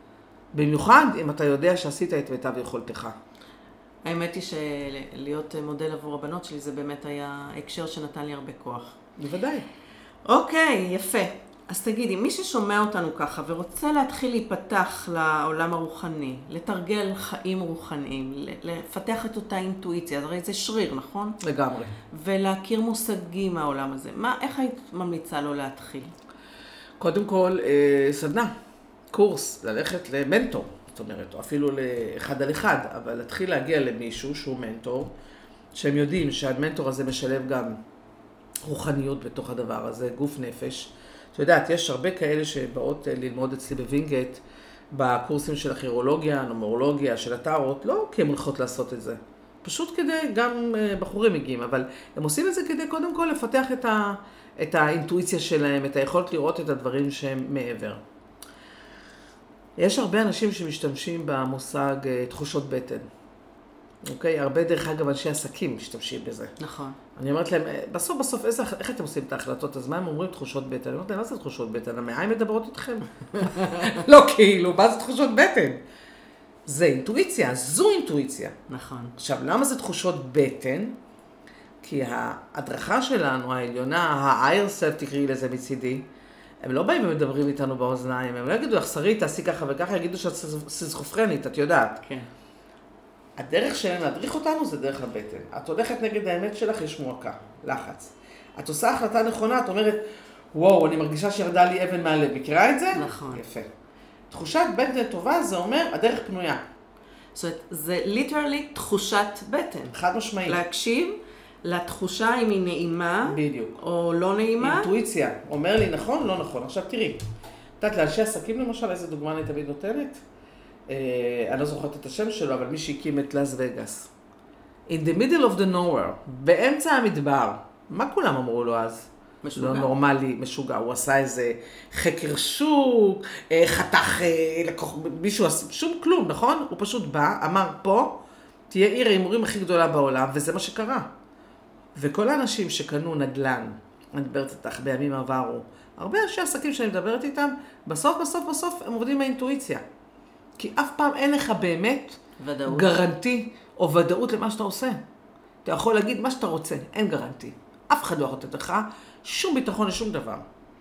במיוחד אם אתה יודע שעשית את מיטב יכולתך. האמת היא שלהיות מודל עבור הבנות שלי זה באמת היה הקשר שנתן לי הרבה כוח. בוודאי. אוקיי, יפה. אז תגידי, מי ששומע אותנו ככה ורוצה להתחיל להיפתח לעולם הרוחני, לתרגל חיים רוחניים, לפתח את אותה אינטואיציה, הרי זה שריר, נכון? לגמרי. ולהכיר מושגים מהעולם הזה. איך היית ממליצה לו להתחיל? קודם כל, סדנה, קורס, ללכת למנטור, זאת אומרת, או אפילו לאחד על אחד, אבל להתחיל להגיע למישהו שהוא מנטור, שהם יודעים שהמנטור הזה משלב גם רוחניות בתוך הדבר הזה, גוף נפש. אתה יודעת, יש הרבה כאלה שבאות ללמוד אצלי בווינגייט, בקורסים של הכירולוגיה, הנומרולוגיה, של הטארות, לא כי הם הולכות לעשות את זה. פשוט כדי, גם בחורים מגיעים, אבל הם עושים את זה כדי קודם כל לפתח את האינטואיציה שלהם, את היכולת לראות את הדברים שהם מעבר. יש הרבה אנשים שמשתמשים במושג תחושות בטן. אוקיי? הרבה דרך אגב אנשי עסקים משתמשים בזה. נכון. אני אומרת להם, בסוף, איך אתם עושים את ההחלטות? אז מה הם אומרים תחושות בטן? אני אומרת להם, מה זה תחושות בטן? המעיים מדברות איתכם. לא כאילו, מה זה תחושות בטן? זה אינטואיציה, זו אינטואיציה. נכון. עכשיו, למה זה תחושות בטן? כי ההדרכה שלנו, העליונה, ה-higher self תקראי לזה מצידי, הם לא באים ומדברים איתנו באוזניים, הם לא יגידו לך, שרי, תעשי ככה וככה, יגידו שאת סכיזופרנית, את יודעת. כן. הדרך שלהם להדריך אותנו זה דרך הבטן. את הולכת נגד האמת שלך, יש מועקה, לחץ. את עושה החלטה נכונה, את אומרת, וואו, אני מרגישה שירדה לי אבן מהלב. מכירה את זה? נכון. יפה. תחושת בטן טובה, זה אומר, הדרך פנויה. זאת אומרת, זה literally תחושת בטן. חד משמעית. להקשיב לתחושה אם היא נעימה, בדיוק. או לא נעימה. אינטואיציה. אומר לי נכון, לא נכון. עכשיו תראי. יודעת, לאנשי עסקים למשל, איזה דוגמה אני תמיד נותנת? אני לא זוכרת את השם שלו, אבל מי שהקים את לאס וגאס. In the middle of the nowhere, באמצע המדבר. מה כולם אמרו לו אז? משוגע. לא נורמלי, משוגע. הוא עשה איזה חקר שוק, חתך לקוח, מישהו עשה, שום כלום, נכון? הוא פשוט בא, אמר פה, תהיה עיר ההימורים הכי גדולה בעולם, וזה מה שקרה. וכל האנשים שקנו נדל"ן, אני מדברת איתך בימים עברו, הרבה אנשי עסקים שאני מדברת איתם, בסוף הם עובדים מהאינטואיציה. כי אף פעם אין לך באמת ודאות. גרנטי או ודאות למה שאתה עושה. אתה יכול להגיד מה שאתה רוצה, אין גרנטי. אף אחד לא יכול לתת לך שום ביטחון לשום דבר.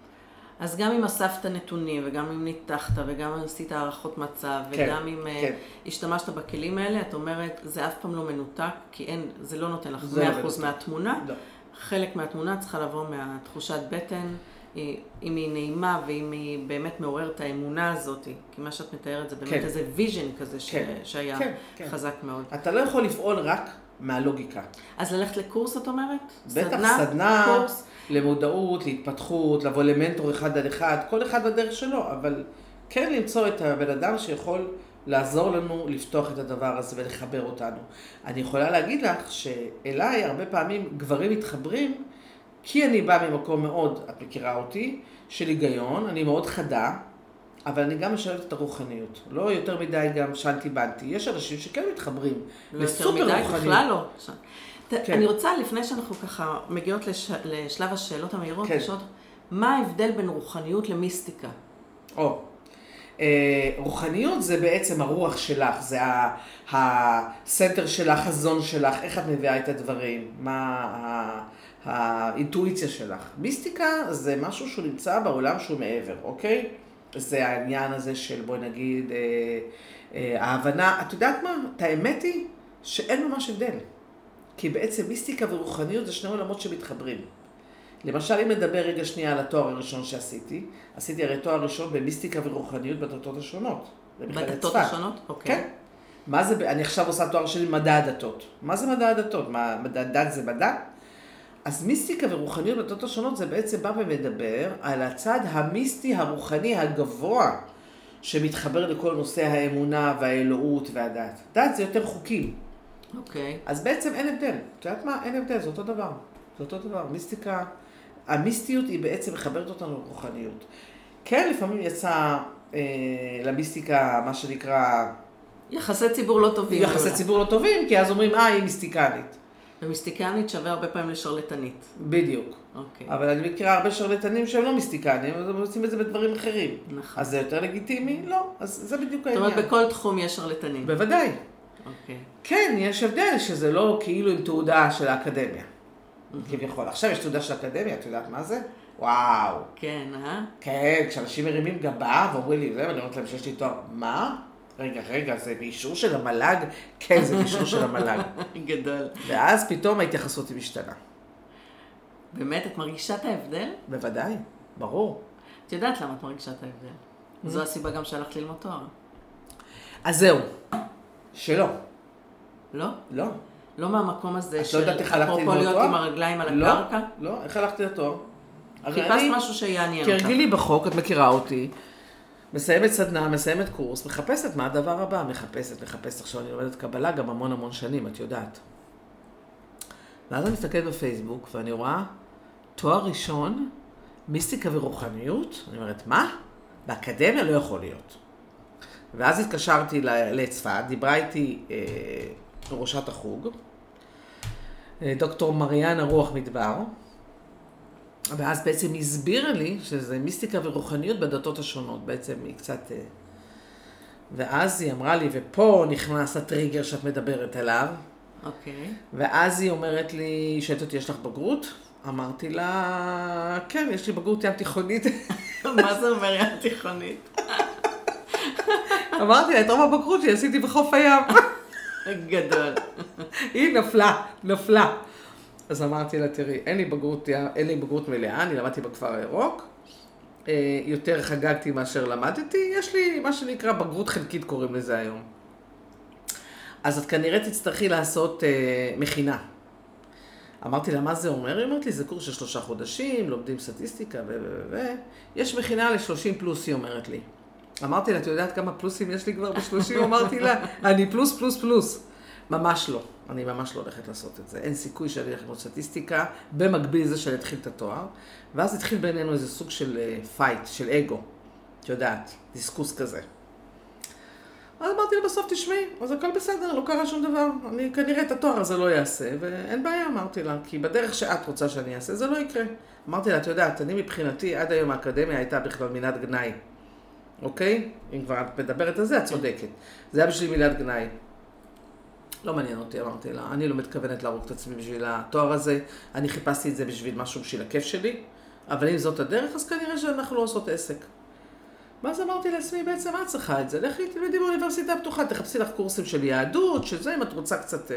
אז גם אם אספת נתונים, וגם אם ניתחת, וגם אם עשית הערכות מצב, כן, וגם אם כן. השתמשת בכלים האלה, את אומרת, זה אף פעם לא מנותק, כי זה לא נותן לך 100% מהתמונה. לא. חלק מהתמונה צריכה לבוא מהתחושת בטן, אם היא נעימה ואם היא באמת מעוררת את האמונה הזאת, כי מה שאת מתארת זה באמת כן. איזה ויז'ן כזה כן. שהיה כן. חזק מאוד. אתה לא יכול לפעול רק מהלוגיקה. אז ללכת לקורס, את אומרת? בטח, סדנה, קורס. למודעות, להתפתחות, לבוא למנטור אחד על אחד, כל אחד בדרך שלו, אבל כן למצוא את הבן אדם שיכול לעזור לנו לפתוח את הדבר הזה ולחבר אותנו. אני יכולה להגיד לך שאליי הרבה פעמים גברים מתחברים, כי אני באה ממקום מאוד, את מכירה אותי, של היגיון, אני מאוד חדה, אבל אני גם משלבת את הרוחניות. לא יותר מדי גם שנתי בנתי. יש אנשים שכן מתחברים לסופר רוחניות. יותר מדי, בכלל לא. כן. אני רוצה, לפני שאנחנו ככה מגיעות לשלב השאלות המהירות, כן. לשאול, מה ההבדל בין רוחניות למיסטיקה? רוחניות זה בעצם הרוח שלך, זה הסנטר שלך, החזון שלך, איך את מביאה את הדברים, מה האינטואיציה שלך. מיסטיקה זה משהו שהוא נמצא בעולם שהוא מעבר, אוקיי? זה העניין הזה של, בואי נגיד, ההבנה, את יודעת מה? את האמת היא שאין ממש הבדל. כי בעצם מיסטיקה ורוחניות זה שני עולמות שמתחברים. למשל, אם נדבר רגע שנייה על התואר הראשון שעשיתי, עשיתי הרי תואר ראשון במיסטיקה ורוחניות בדתות השונות. בדתות השונות? אוקיי. כן. מה זה, אני עכשיו עושה תואר שלי מדע הדתות. מה זה מדע הדתות? דת זה מדע? אז מיסטיקה ורוחניות בדתות השונות זה בעצם בא ומדבר על הצד המיסטי הרוחני הגבוה שמתחבר לכל נושא האמונה והאלוהות והדת. דת זה יותר חוקים. אוקיי. אז בעצם אין הבדל. את יודעת מה? אין הבדל, זה אותו דבר. זה אותו דבר. מיסטיקה, המיסטיות היא בעצם מחברת אותנו לרוחניות. כן, לפעמים יצא למיסטיקה, מה שנקרא... יחסי ציבור לא טובים. יחסי ציבור לא טובים, כי אז אומרים, היא מיסטיקנית. ומיסטיקנית שווה הרבה פעמים לשרלטנית. בדיוק. אוקיי. אבל אני מכירה הרבה שרלטנים שהם לא מיסטיקנים, אז הם עושים את זה בדברים אחרים. נכון. אז זה יותר לגיטימי? לא. אז זה בדיוק העניין. זאת אומרת, בכל תחום יש שרלטנים. בוודאי. אוקיי. כן, יש הבדל שזה לא כאילו עם תעודה של האקדמיה. כביכול. עכשיו יש תעודה של האקדמיה, את יודעת מה זה? וואו. כן, כן, כשאנשים מרימים גבה ואומרים לי, ואני אומרת להם שיש לי תואר, מה? רגע, זה באישור של המל"ג? כן, זה באישור של המל"ג. גדול. ואז פתאום ההתייחסות היא משתנה. באמת, את מרגישה את ההבדל? בוודאי, ברור. את יודעת למה את מרגישה את ההבדל? זו הסיבה גם שהלכת ללמוד תואר. אז זהו. שלא. לא? לא. לא מהמקום הזה את לא יודעת איך הלכתי ללמוד להיות תואר? עם הרגליים על הקרקע? לא, איך הלכתי לתואר? חיפשת משהו שיעניין אותך. כרגילי בחוק, את מכירה אותי, מסיימת סדנה, מסיימת קורס, מחפשת מה הדבר הבא, מחפשת. עכשיו אני לומדת קבלה גם המון שנים, את יודעת. ואז אני מסתכלת בפייסבוק ואני רואה תואר ראשון, מיסטיקה ורוחניות. אני אומרת, מה? באקדמיה לא יכול להיות. ואז התקשרתי לצפת, דיברה איתי ראשת החוג, דוקטור מריאנה רוח מדבר, ואז בעצם הסבירה לי שזה מיסטיקה ורוחניות בדתות השונות, בעצם היא קצת... ואז היא אמרה לי, ופה נכנס הטריגר שאת מדברת עליו. אוקיי. ואז היא אומרת לי, שואלת אותי, יש לך בגרות? אמרתי לה, כן, יש לי בגרות ים תיכונית. מה זה אומר ים תיכונית? אמרתי לה, את רוב הבגרות שלי עשיתי בחוף הים. גדול. היא נפלה. אז אמרתי לה, תראי, אין לי בגרות מלאה, אני למדתי בכפר הירוק, יותר חגגתי מאשר למדתי, יש לי מה שנקרא בגרות חלקית קוראים לזה היום. אז את כנראה תצטרכי לעשות מכינה. אמרתי לה, מה זה אומר? היא אומרת לי, זה קורס של 3 חודשים, לומדים סטטיסטיקה יש מכינה ל-30 פלוס, היא אומרת לי. אמרתי לה, את יודעת כמה פלוסים יש לי כבר ב-30? אמרתי לה, אני פלוס. ממש לא. אני ממש לא הולכת לעשות את זה. אין סיכוי שאני הולכת ללמוד סטטיסטיקה, במקביל לזה שאני אתחיל את התואר. ואז התחיל בינינו איזה סוג של פייט, של אגו. את יודעת, דיסקוס כזה. אז אמרתי לה בסוף, תשמעי, אז הכל בסדר, לא קרה שום דבר. אני כנראה את התואר הזה לא אעשה, ואין בעיה, אמרתי לה, כי בדרך שאת רוצה שאני אעשה, זה לא יקרה. אמרתי לה, את יודעת, אני מבחינתי, עד היום האקדמיה הייתה בכלל מילת גנאי. אוקיי? אם כבר את מדברת על זה, את צודקת. זה היה בשביל מילת גנאי. לא מעניין אותי, אמרתי לה, אני לא מתכוונת להרוג את עצמי בשביל התואר הזה, אני חיפשתי את זה בשביל משהו בשביל הכיף שלי, אבל אם זאת הדרך, אז כנראה שאנחנו לא עושות עסק. ואז אמרתי לעצמי, בעצם את צריכה את זה, לכי תלמדי באוניברסיטה הפתוחה, תחפשי לך קורסים של יהדות, שזה אם את רוצה קצת...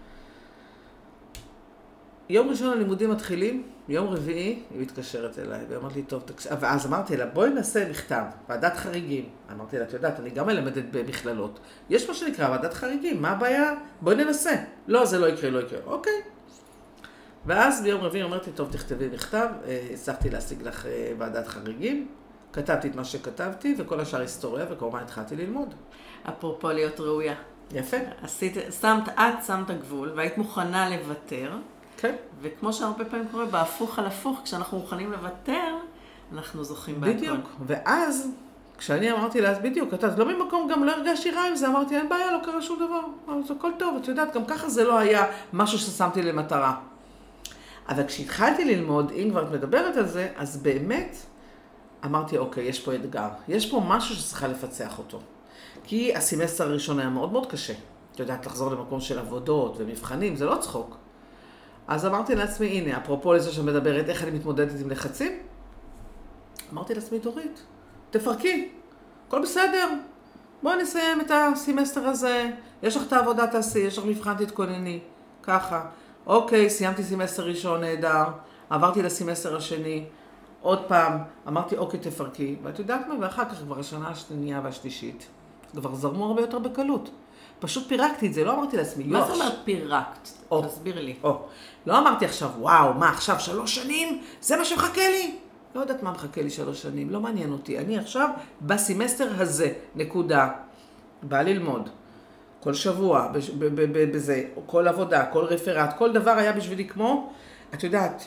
יום ראשון הלימודים מתחילים, יום רביעי היא מתקשרת אליי, ואמרת לי, טוב, ואז אמרתי לה, בואי נעשה מכתב, ועדת חריגים. אמרתי לה, את יודעת, אני גם מלמדת במכללות. יש מה שנקרא ועדת חריגים, מה הבעיה? בואי ננסה. לא, זה לא יקרה. אוקיי. ואז ביום רביעי אמרתי, טוב, תכתבי מכתב, הצלחתי להשיג לך ועדת חריגים, כתבתי את מה שכתבתי, וכל השאר היסטוריה, וכמובן התחלתי ללמוד. אפרופו להיות ראויה. יפה. את שמת גבול, והיית מוכנה לוותר. כן. וכמו שהרבה פעמים קורה, בהפוך על הפוך, כשאנחנו מוכנים לוותר, אנחנו זוכים בהכל. בדיוק. ואז, כשאני אמרתי לה, אז בדיוק, אתה לא ממקום גם לא הרגשתי רע עם זה, אמרתי, אין בעיה, לא קרה שום דבר. אז הכל טוב, את יודעת, גם ככה זה לא היה משהו ששמתי למטרה. אבל כשהתחלתי ללמוד, אם כבר את מדברת על זה, אז באמת, אמרתי, אוקיי, יש פה אתגר. יש פה משהו שצריכה לפצח אותו. כי הסמסטר הראשון היה מאוד מאוד קשה. את יודעת, לחזור למקום של עבודות ומבחנים, זה לא צחוק. אז אמרתי לעצמי, הנה, אפרופו לזה שמדברת, איך אני מתמודדת עם לחצים? אמרתי לעצמי, דורית, תפרקי, הכל בסדר. בואי נסיים את הסמסטר הזה, יש לך את העבודה תעשי, יש לך מבחן תתכונני, ככה. אוקיי, סיימתי סמסטר ראשון, נהדר, עברתי לסמסטר השני, עוד פעם, אמרתי, אוקיי, תפרקי, ואת יודעת מה, ואחר כך כבר השנה השנייה והשלישית, כבר זרמו הרבה יותר בקלות. פשוט פירקתי את זה, לא אמרתי לעצמי, מה זה אומר פירקת? תסביר לי. לא אמרתי עכשיו, וואו, מה עכשיו 3 שנים? זה מה שמחכה לי? לא יודעת מה מחכה לי 3 שנים, לא מעניין אותי. אני עכשיו בסמסטר הזה, נקודה. בא ללמוד. כל שבוע, בזה, כל עבודה, כל רפרט, כל דבר היה בשבילי כמו, את יודעת,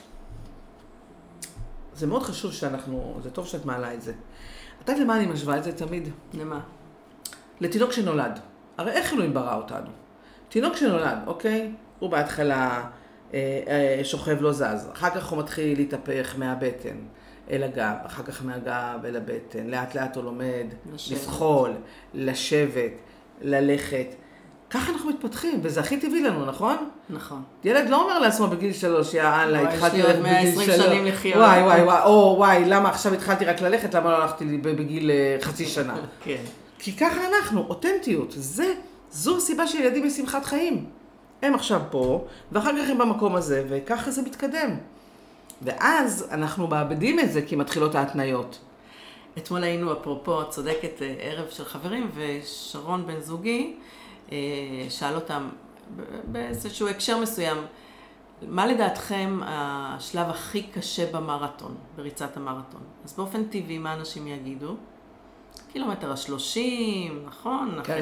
זה מאוד חשוב שאנחנו, זה טוב שאת מעלה את זה. את יודעת למה אני משווה את זה תמיד? למה? לתינוק שנולד. הרי איך אלוהים ברא אותנו? תינוק שנולד, אוקיי? הוא בהתחלה שוכב לא זז. אחר כך הוא מתחיל להתהפך מהבטן אל הגב, אחר כך מהגב אל הבטן. לאט לאט הוא לומד לפחול, לשבת, ללכת. ככה אנחנו מתפתחים, וזה הכי טבעי לנו, נכון? נכון. ילד לא אומר לעצמו בגיל 3, יאללה, התחלתי ללכת בגיל 3. 120 שנים לחיות. וואי, למה עכשיו התחלתי רק ללכת, למה לא הלכתי לי בגיל חצי שנה? כן. כי ככה אנחנו, אותנטיות, זו הסיבה שילדים בשמחת חיים. הם עכשיו פה, ואחר כך הם במקום הזה, וככה זה מתקדם. ואז אנחנו מאבדים את זה, כי מתחילות ההתניות. אתמול היינו, אפרופו, צודקת ערב של חברים, ושרון בן זוגי שאל אותם באיזשהו הקשר מסוים, מה לדעתכם השלב הכי קשה במרתון, בריצת המרתון? אז באופן טבעי, מה אנשים יגידו? קילומטר ה-30, נכון? אחרי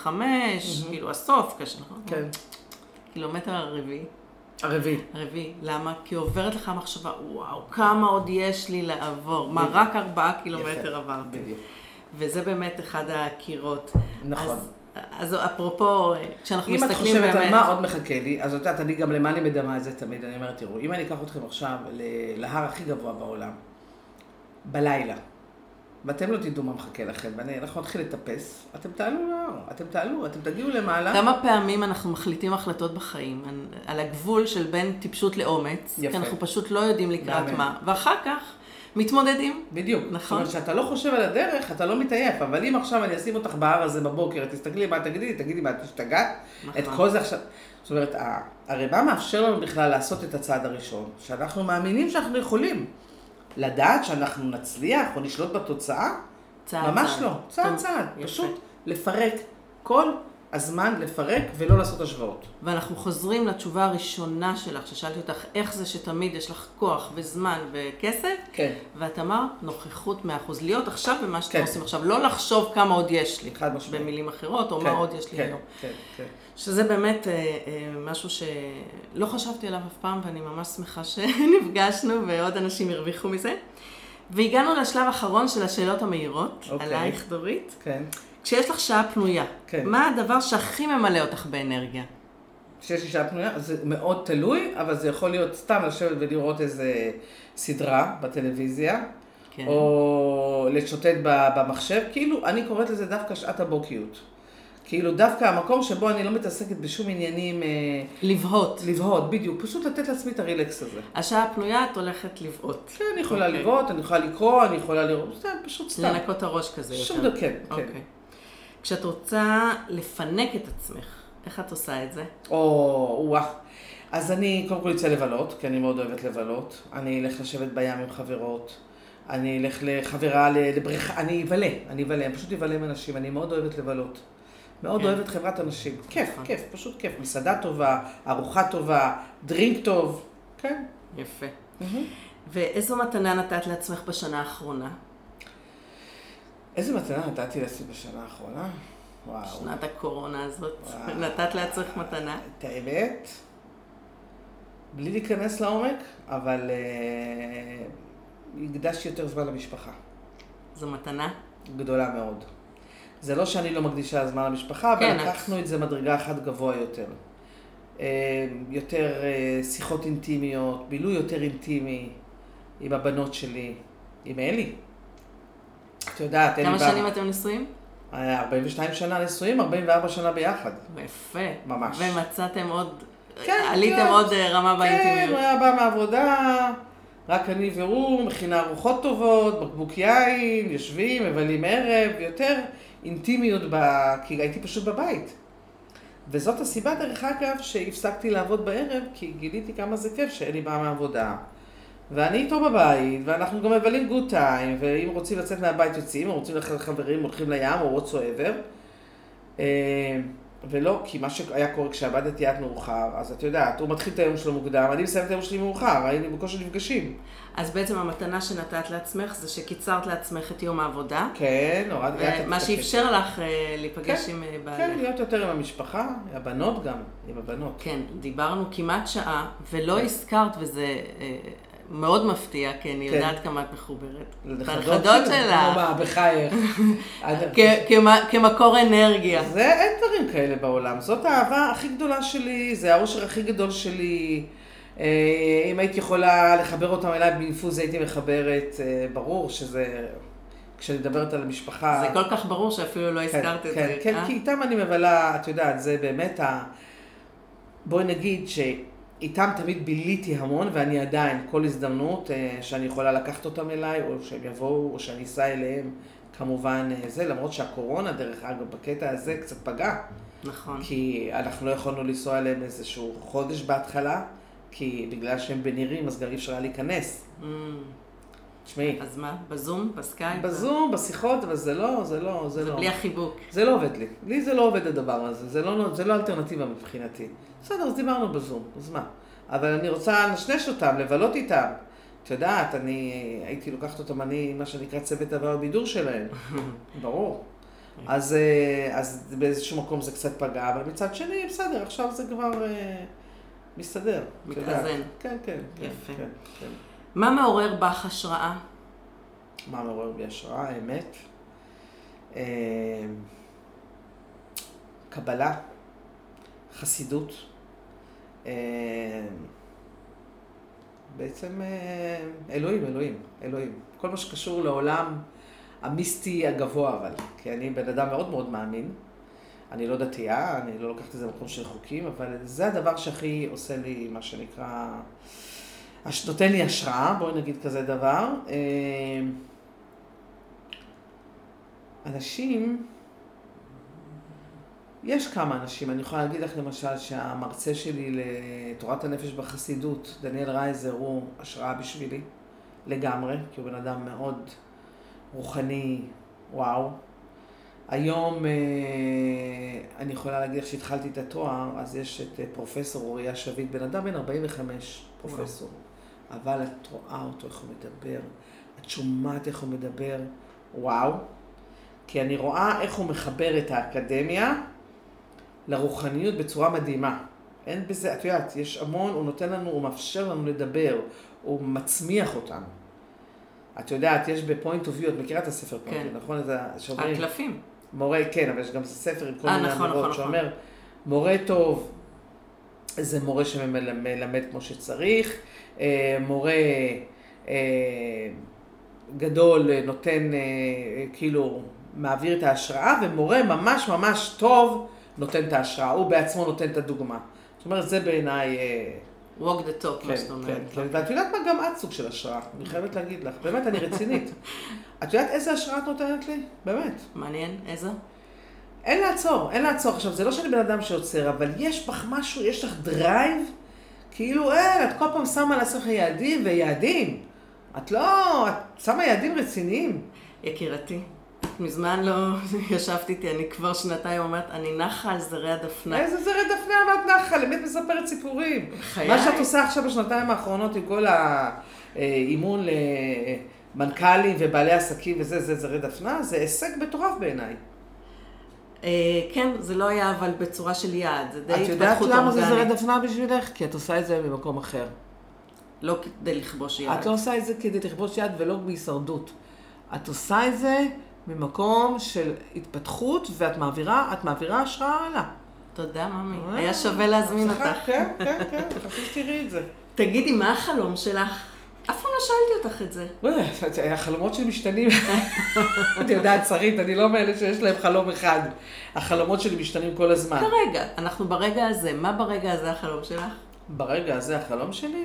25, כאילו הסוף קשה, נכון? כן. קילומטר הרביעי. הרביעי. למה? כי עוברת לך מחשבה, וואו, כמה עוד יש לי לעבור. מה, רק 4 קילומטר עברתי. בדיוק. וזה באמת אחד הקירות. נכון. אז אפרופו, כשאנחנו מסתכלים באמת... אם את חושבת על מה עוד מחכה לי, אז יודעת, אני גם למה אני מדמה את זה תמיד, אני אומרת, תראו, אם אני אקח אתכם עכשיו להר הכי גבוה בעולם, בלילה, ואתם לא תדעו מה מחכה לכם, ואנחנו נתחיל לטפס, אתם תעלו להר, אתם תגיעו למעלה. כמה פעמים אנחנו מחליטים החלטות בחיים, על הגבול של בין טיפשות לאומץ, כי אנחנו פשוט לא יודעים לקראת מה, ואחר כך מתמודדים. בדיוק. נכון. זאת אומרת, שאתה לא חושב על הדרך, אתה לא מתעייף, אבל אם עכשיו אני אשים אותך בהר הזה בבוקר, תסתכלי מה תגידי מה תשתגעת, את כל זה עכשיו. זאת אומרת, הרי מה מאפשר לנו בכלל לעשות את הצעד הראשון? שאנחנו מאמינים שאנחנו יכולים. לדעת שאנחנו נצליח או נשלוט בתוצאה? ממש לא. צעד. פשוט לפרק. כל הזמן לפרק ולא לעשות השוואות. ואנחנו חוזרים לתשובה הראשונה שלך, ששאלתי אותך איך זה שתמיד יש לך כוח וזמן וכסף. כן. ואת אמרת נוכחות 100%. להיות עכשיו במה שאתם עושים עכשיו. לא לחשוב כמה עוד יש לי. חד משמעית. במילים אחרות, או מה עוד יש לי היום. כן. שזה באמת משהו שלא חשבתי עליו אף פעם, ואני ממש שמחה שנפגשנו, ועוד אנשים הרוויחו מזה. והגענו לשלב האחרון של השאלות המהירות, עלייך דורית. כן. כשיש לך שעה פנויה, מה הדבר שהכי ממלא אותך באנרגיה? כשיש לי שעה פנויה, זה מאוד תלוי, אבל זה יכול להיות סתם לשבת ולראות איזה סדרה בטלוויזיה, או לשוטט במחשב, כאילו אני קוראת לזה דווקא שעת הבוקיות. כאילו דווקא המקום שבו אני לא מתעסקת בשום עניינים... לבהות, בדיוק. פשוט לתת לעצמי את הרילקס הזה. השעה הפנויה את הולכת לבהות. כן, אני יכולה לבהות, אני יכולה לקרוא, אני יכולה לראות, זה פשוט סתם. לנקות הראש כזה יותר. כן. כשאת רוצה לפנק את עצמך, איך את עושה את זה? אז אני קודם כל יוצא לבלות, כי אני מאוד אוהבת לבלות. אני אלך לשבת בים עם חברות. אני אלך לחברה, לבריכה, אני אבלה, אני פשוט אבלה עם אנשים, אני מאוד אוהבת לבלות. מאוד אוהבת חברת אנשים. כיף, פשוט כיף. מסעדה טובה, ארוחה טובה, דרינק טוב. כן. יפה. ואיזו מתנה נתת לעצמך בשנה האחרונה? איזו מתנה נתתי לעצמי בשנה האחרונה? וואו. שנת הקורונה הזאת. נתת לעצמך מתנה? את האמת, בלי להיכנס לעומק, אבל הקדשתי יותר זמן למשפחה. זו מתנה? גדולה מאוד. זה לא שאני לא מקדישה זמן למשפחה, אבל לקחנו את זה מדרגה אחת גבוה יותר. יותר שיחות אינטימיות, בילוי יותר אינטימי עם הבנות שלי, עם אלי. את יודעת, כמה שנים אתם נשואים? 42 שנה נשואים, 44 שנה ביחד. יפה. ממש. ומצאתם עוד, כן, עליתם עוד רמה באינטימיות. כן, הוא היה בא מהעבודה, רק אני והוא, מכינה ארוחות טובות, בקבוק יין, יושבים, מבלים ערב, יותר אינטימיות, כי הייתי פשוט בבית. וזאת הסיבה, דרך אגב, שהפסקתי לעבוד בערב, כי גיליתי כמה זה כיף שאלי בא מהעבודה. ואני איתו בבית, ואנחנו גם מבלים גוד טיים, ואם רוצים לצאת מהבית יוצאים, או רוצים ללכת לחברים, הולכים לים, או whatsoever. ולא, כי מה שהיה קורה כשעבדתי עד מאוחר, אז את יודעת, הוא מתחיל את היום שלו מוקדם, אני מסיים את היום שלי מאוחר, היינו בקושי נפגשים. אז בעצם המתנה שנתת לעצמך זה שקיצרת לעצמך את יום העבודה. כן, נורא. מה שאפשר לך להיפגש עם בעלך. כן, להיות יותר עם המשפחה, הבנות גם, עם הבנות. כן, דיברנו כמעט שעה, ולא הזכרת, וזה מאוד מפתיע, כי אני יודעת כמה את מחוברת. לנכדות שלה. מה, בחייך. כמקור אנרגיה. זה, אין דברים כאלה בעולם. זאת האהבה הכי גדולה שלי, זה האושר הכי גדול שלי. אם הייתי יכולה לחבר אותם אליי באינפוז, הייתי מחברת. ברור שזה, כשאני מדברת על המשפחה... זה כל כך ברור שאפילו לא הזכרת את זה. כן, כי איתם אני מבלה, את יודעת, זה באמת בואי נגיד איתם תמיד ביליתי המון, ואני עדיין, כל הזדמנות שאני יכולה לקחת אותם אליי, או שהם יבואו, או שאני אסע אליהם, כמובן זה, למרות שהקורונה, דרך אגב, בקטע הזה קצת פגע. נכון. כי אנחנו לא יכולנו לנסוע אליהם איזשהו חודש בהתחלה, כי בגלל שהם בנירים, אז גם אי אפשר להיכנס. תשמעי. אז מה? בזום? בסקייפ? בזום, בשיחות, אבל זה לא. זה בלי החיבוק. זה לא עובד לי. לי זה לא עובד הדבר הזה. זה לא אלטרנטיבה מבחינתי. בסדר, אז דיברנו בזום, אז מה? אבל אני רוצה לנשנש אותם, לבלות איתם. את יודעת, אני הייתי לוקחת אותם, מה שנקרא צוות עבר בידור שלהם. ברור. אז באיזשהו מקום זה קצת פגע, אבל מצד שני, בסדר, עכשיו זה כבר מסתדר. מתאזן. כן. יפה. מה מעורר בך השראה? מה מעורר בי השראה? האמת. קבלה, חסידות. בעצם אלוהים. כל מה שקשור לעולם המיסטי הגבוה, אבל. כי אני בן אדם מאוד מאוד מאמין. אני לא דתייה, אני לא לוקחת את זה במקום של חוקים, אבל זה הדבר שהכי עושה לי, מה שנקרא, נותן לי השראה, בואי נגיד כזה דבר. אנשים, יש כמה אנשים, אני יכולה להגיד לך למשל שהמרצה שלי לתורת הנפש בחסידות, דניאל רייזר, הוא השראה בשבילי, לגמרי, כי הוא בן אדם מאוד רוחני, וואו. היום אני יכולה להגיד לך שהתחלתי את התואר, אז יש את פרופסור אוריה שביט, בן אדם בן 45, פרופסור. אבל את רואה אותו איך הוא מדבר, את שומעת איך הוא מדבר, וואו. כי אני רואה איך הוא מחבר את האקדמיה לרוחניות בצורה מדהימה. אין בזה, את יודעת, יש המון, הוא נותן לנו, הוא מאפשר לנו לדבר, הוא מצמיח אותנו. את יודעת, יש בפוינט אוף ויו, את מכירה את הספר פוינט, נכון? הקלפים. מורה, כן, אבל יש גם ספר עם כל מיני אמירות שאומר, נכון. מורה טוב, זה מורה שמלמד כמו שצריך, מורה גדול נותן, כאילו, מעביר את ההשראה, ומורה ממש ממש טוב נותן את ההשראה, הוא בעצמו נותן את הדוגמה. זאת אומרת, זה בעיניי... walk the talk, מה שאתה אומרת. כן, ואת יודעת מה? גם את סוג של השראה, אני חייבת להגיד לך, באמת, אני רצינית. את יודעת איזה השראה את נותנת לי? באמת. מעניין, איזה? אין לעצור. עכשיו, זה לא שאני בן אדם שעוצר, אבל יש בך משהו, יש לך דרייב, כאילו, את כל פעם שמה לעצמך יעדים, את לא, את שמה יעדים רציניים. יקירתי, מזמן לא ישבת איתי, אני כבר שנתיים אומרת, אני נחה על זרי הדפנה. איזה זרי דפנה ואת נחה? באמת מספרת סיפורים. חיי. מה שאת עושה עכשיו בשנתיים האחרונות עם כל האימון למנכ"לים ובעלי עסקים וזה, זה זרי דפנה, זה הישג מטורף בעיניי. כן, זה לא היה אבל בצורה של יעד, זה די התפתחות אורגנית. את יודעת למה זה זרי דפנה בשבילך? כי את עושה את זה במקום אחר. לא כדי לכבוש יעד. את לא עושה את זה כדי לכבוש יעד ולא בהישרדות. את עושה את זה ממקום של התפתחות, ואת מעבירה השראה הלאה. תודה, ממי. היה שווה להזמין אותך. כן, חשוב שתראי את זה. תגידי, מה החלום שלך? אף פעם לא שאלתי אותך את זה. החלומות שלי משתנים. אני יודעת, שרית, אני לא מאלה שיש להם חלום אחד. החלומות שלי משתנים כל הזמן. כרגע, אנחנו ברגע הזה. מה ברגע הזה החלום שלך? ברגע הזה החלום שלי?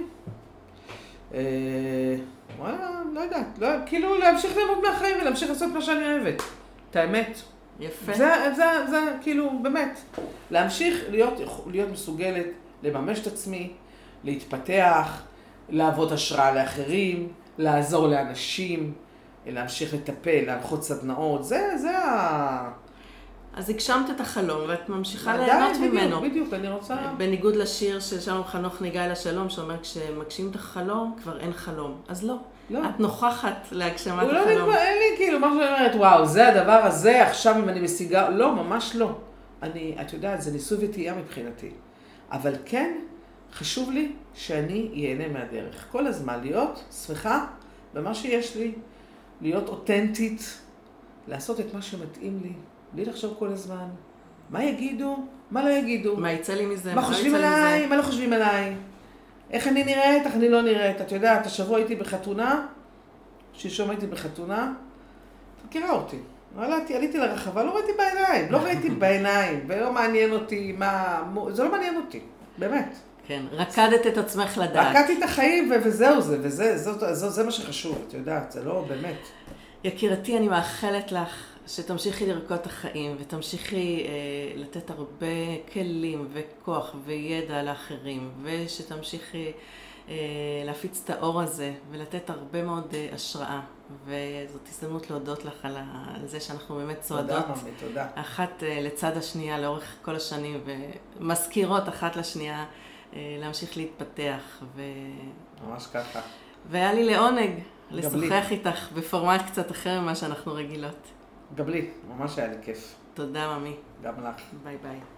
וואלה, לא יודעת. כאילו להמשיך ללמוד מהחיים ולהמשיך לעשות מה שאני אוהבת. את האמת. יפה. זה כאילו, באמת. להמשיך להיות מסוגלת, לממש את עצמי, להתפתח, לעבוד השראה לאחרים, לעזור לאנשים, להמשיך לטפל, להנחות סדנאות. זה אז הגשמת את החלום ואת ממשיכה ליהנות ממנו. בדיוק, אני רוצה... בניגוד לשיר של שלום חנוך ניגאל השלום, שאומר כשמגשים את החלום, כבר אין חלום. אז לא. את נוכחת להגשמת החלום. הוא לא נגמר, אין לי כאילו, מה שאני אומרת, וואו, זה הדבר הזה, עכשיו אם אני משיגה... לא, ממש לא. את יודעת, זה ניסוי וטעייה מבחינתי. אבל כן, חשוב לי שאני ייהנה מהדרך. כל הזמן להיות שמחה במה שיש לי, להיות אותנטית, לעשות את מה שמתאים לי, בלי לחשוב כל הזמן. מה יגידו? מה לא יגידו? מה יצא לי מזה? מה חושבים עליי? מה לא חושבים עליי? איך אני נראית? איך אני לא נראית? את יודעת, השבוע הייתי בחתונה, שלשום הייתי בחתונה, תכירה אותי. עליתי לרחבה, לא ראיתי בעיניים, ולא מעניין אותי, זה לא מעניין אותי, באמת. כן, רקדת את עצמך לדעת. רקדתי את החיים וזהו זה מה שחשוב, את יודעת, זה לא באמת. יקירתי, אני מאחלת לך שתמשיכי לרקוד את החיים ותמשיכי לתת הרבה כלים וכוח וידע לאחרים, ושתמשיכי להפיץ את האור הזה ולתת הרבה מאוד השראה. וזאת הזדמנות להודות לך על זה שאנחנו באמת צועדות. תודה. אחת לצד השנייה לאורך כל השנים ומזכירות אחת לשנייה להמשיך להתפתח. ממש ככה. והיה לי לעונג לשוחח איתך בפורמט קצת אחר ממה שאנחנו רגילות. גם לי, ממש היה לי כיף. תודה, ממי. גם לך. ביי ביי.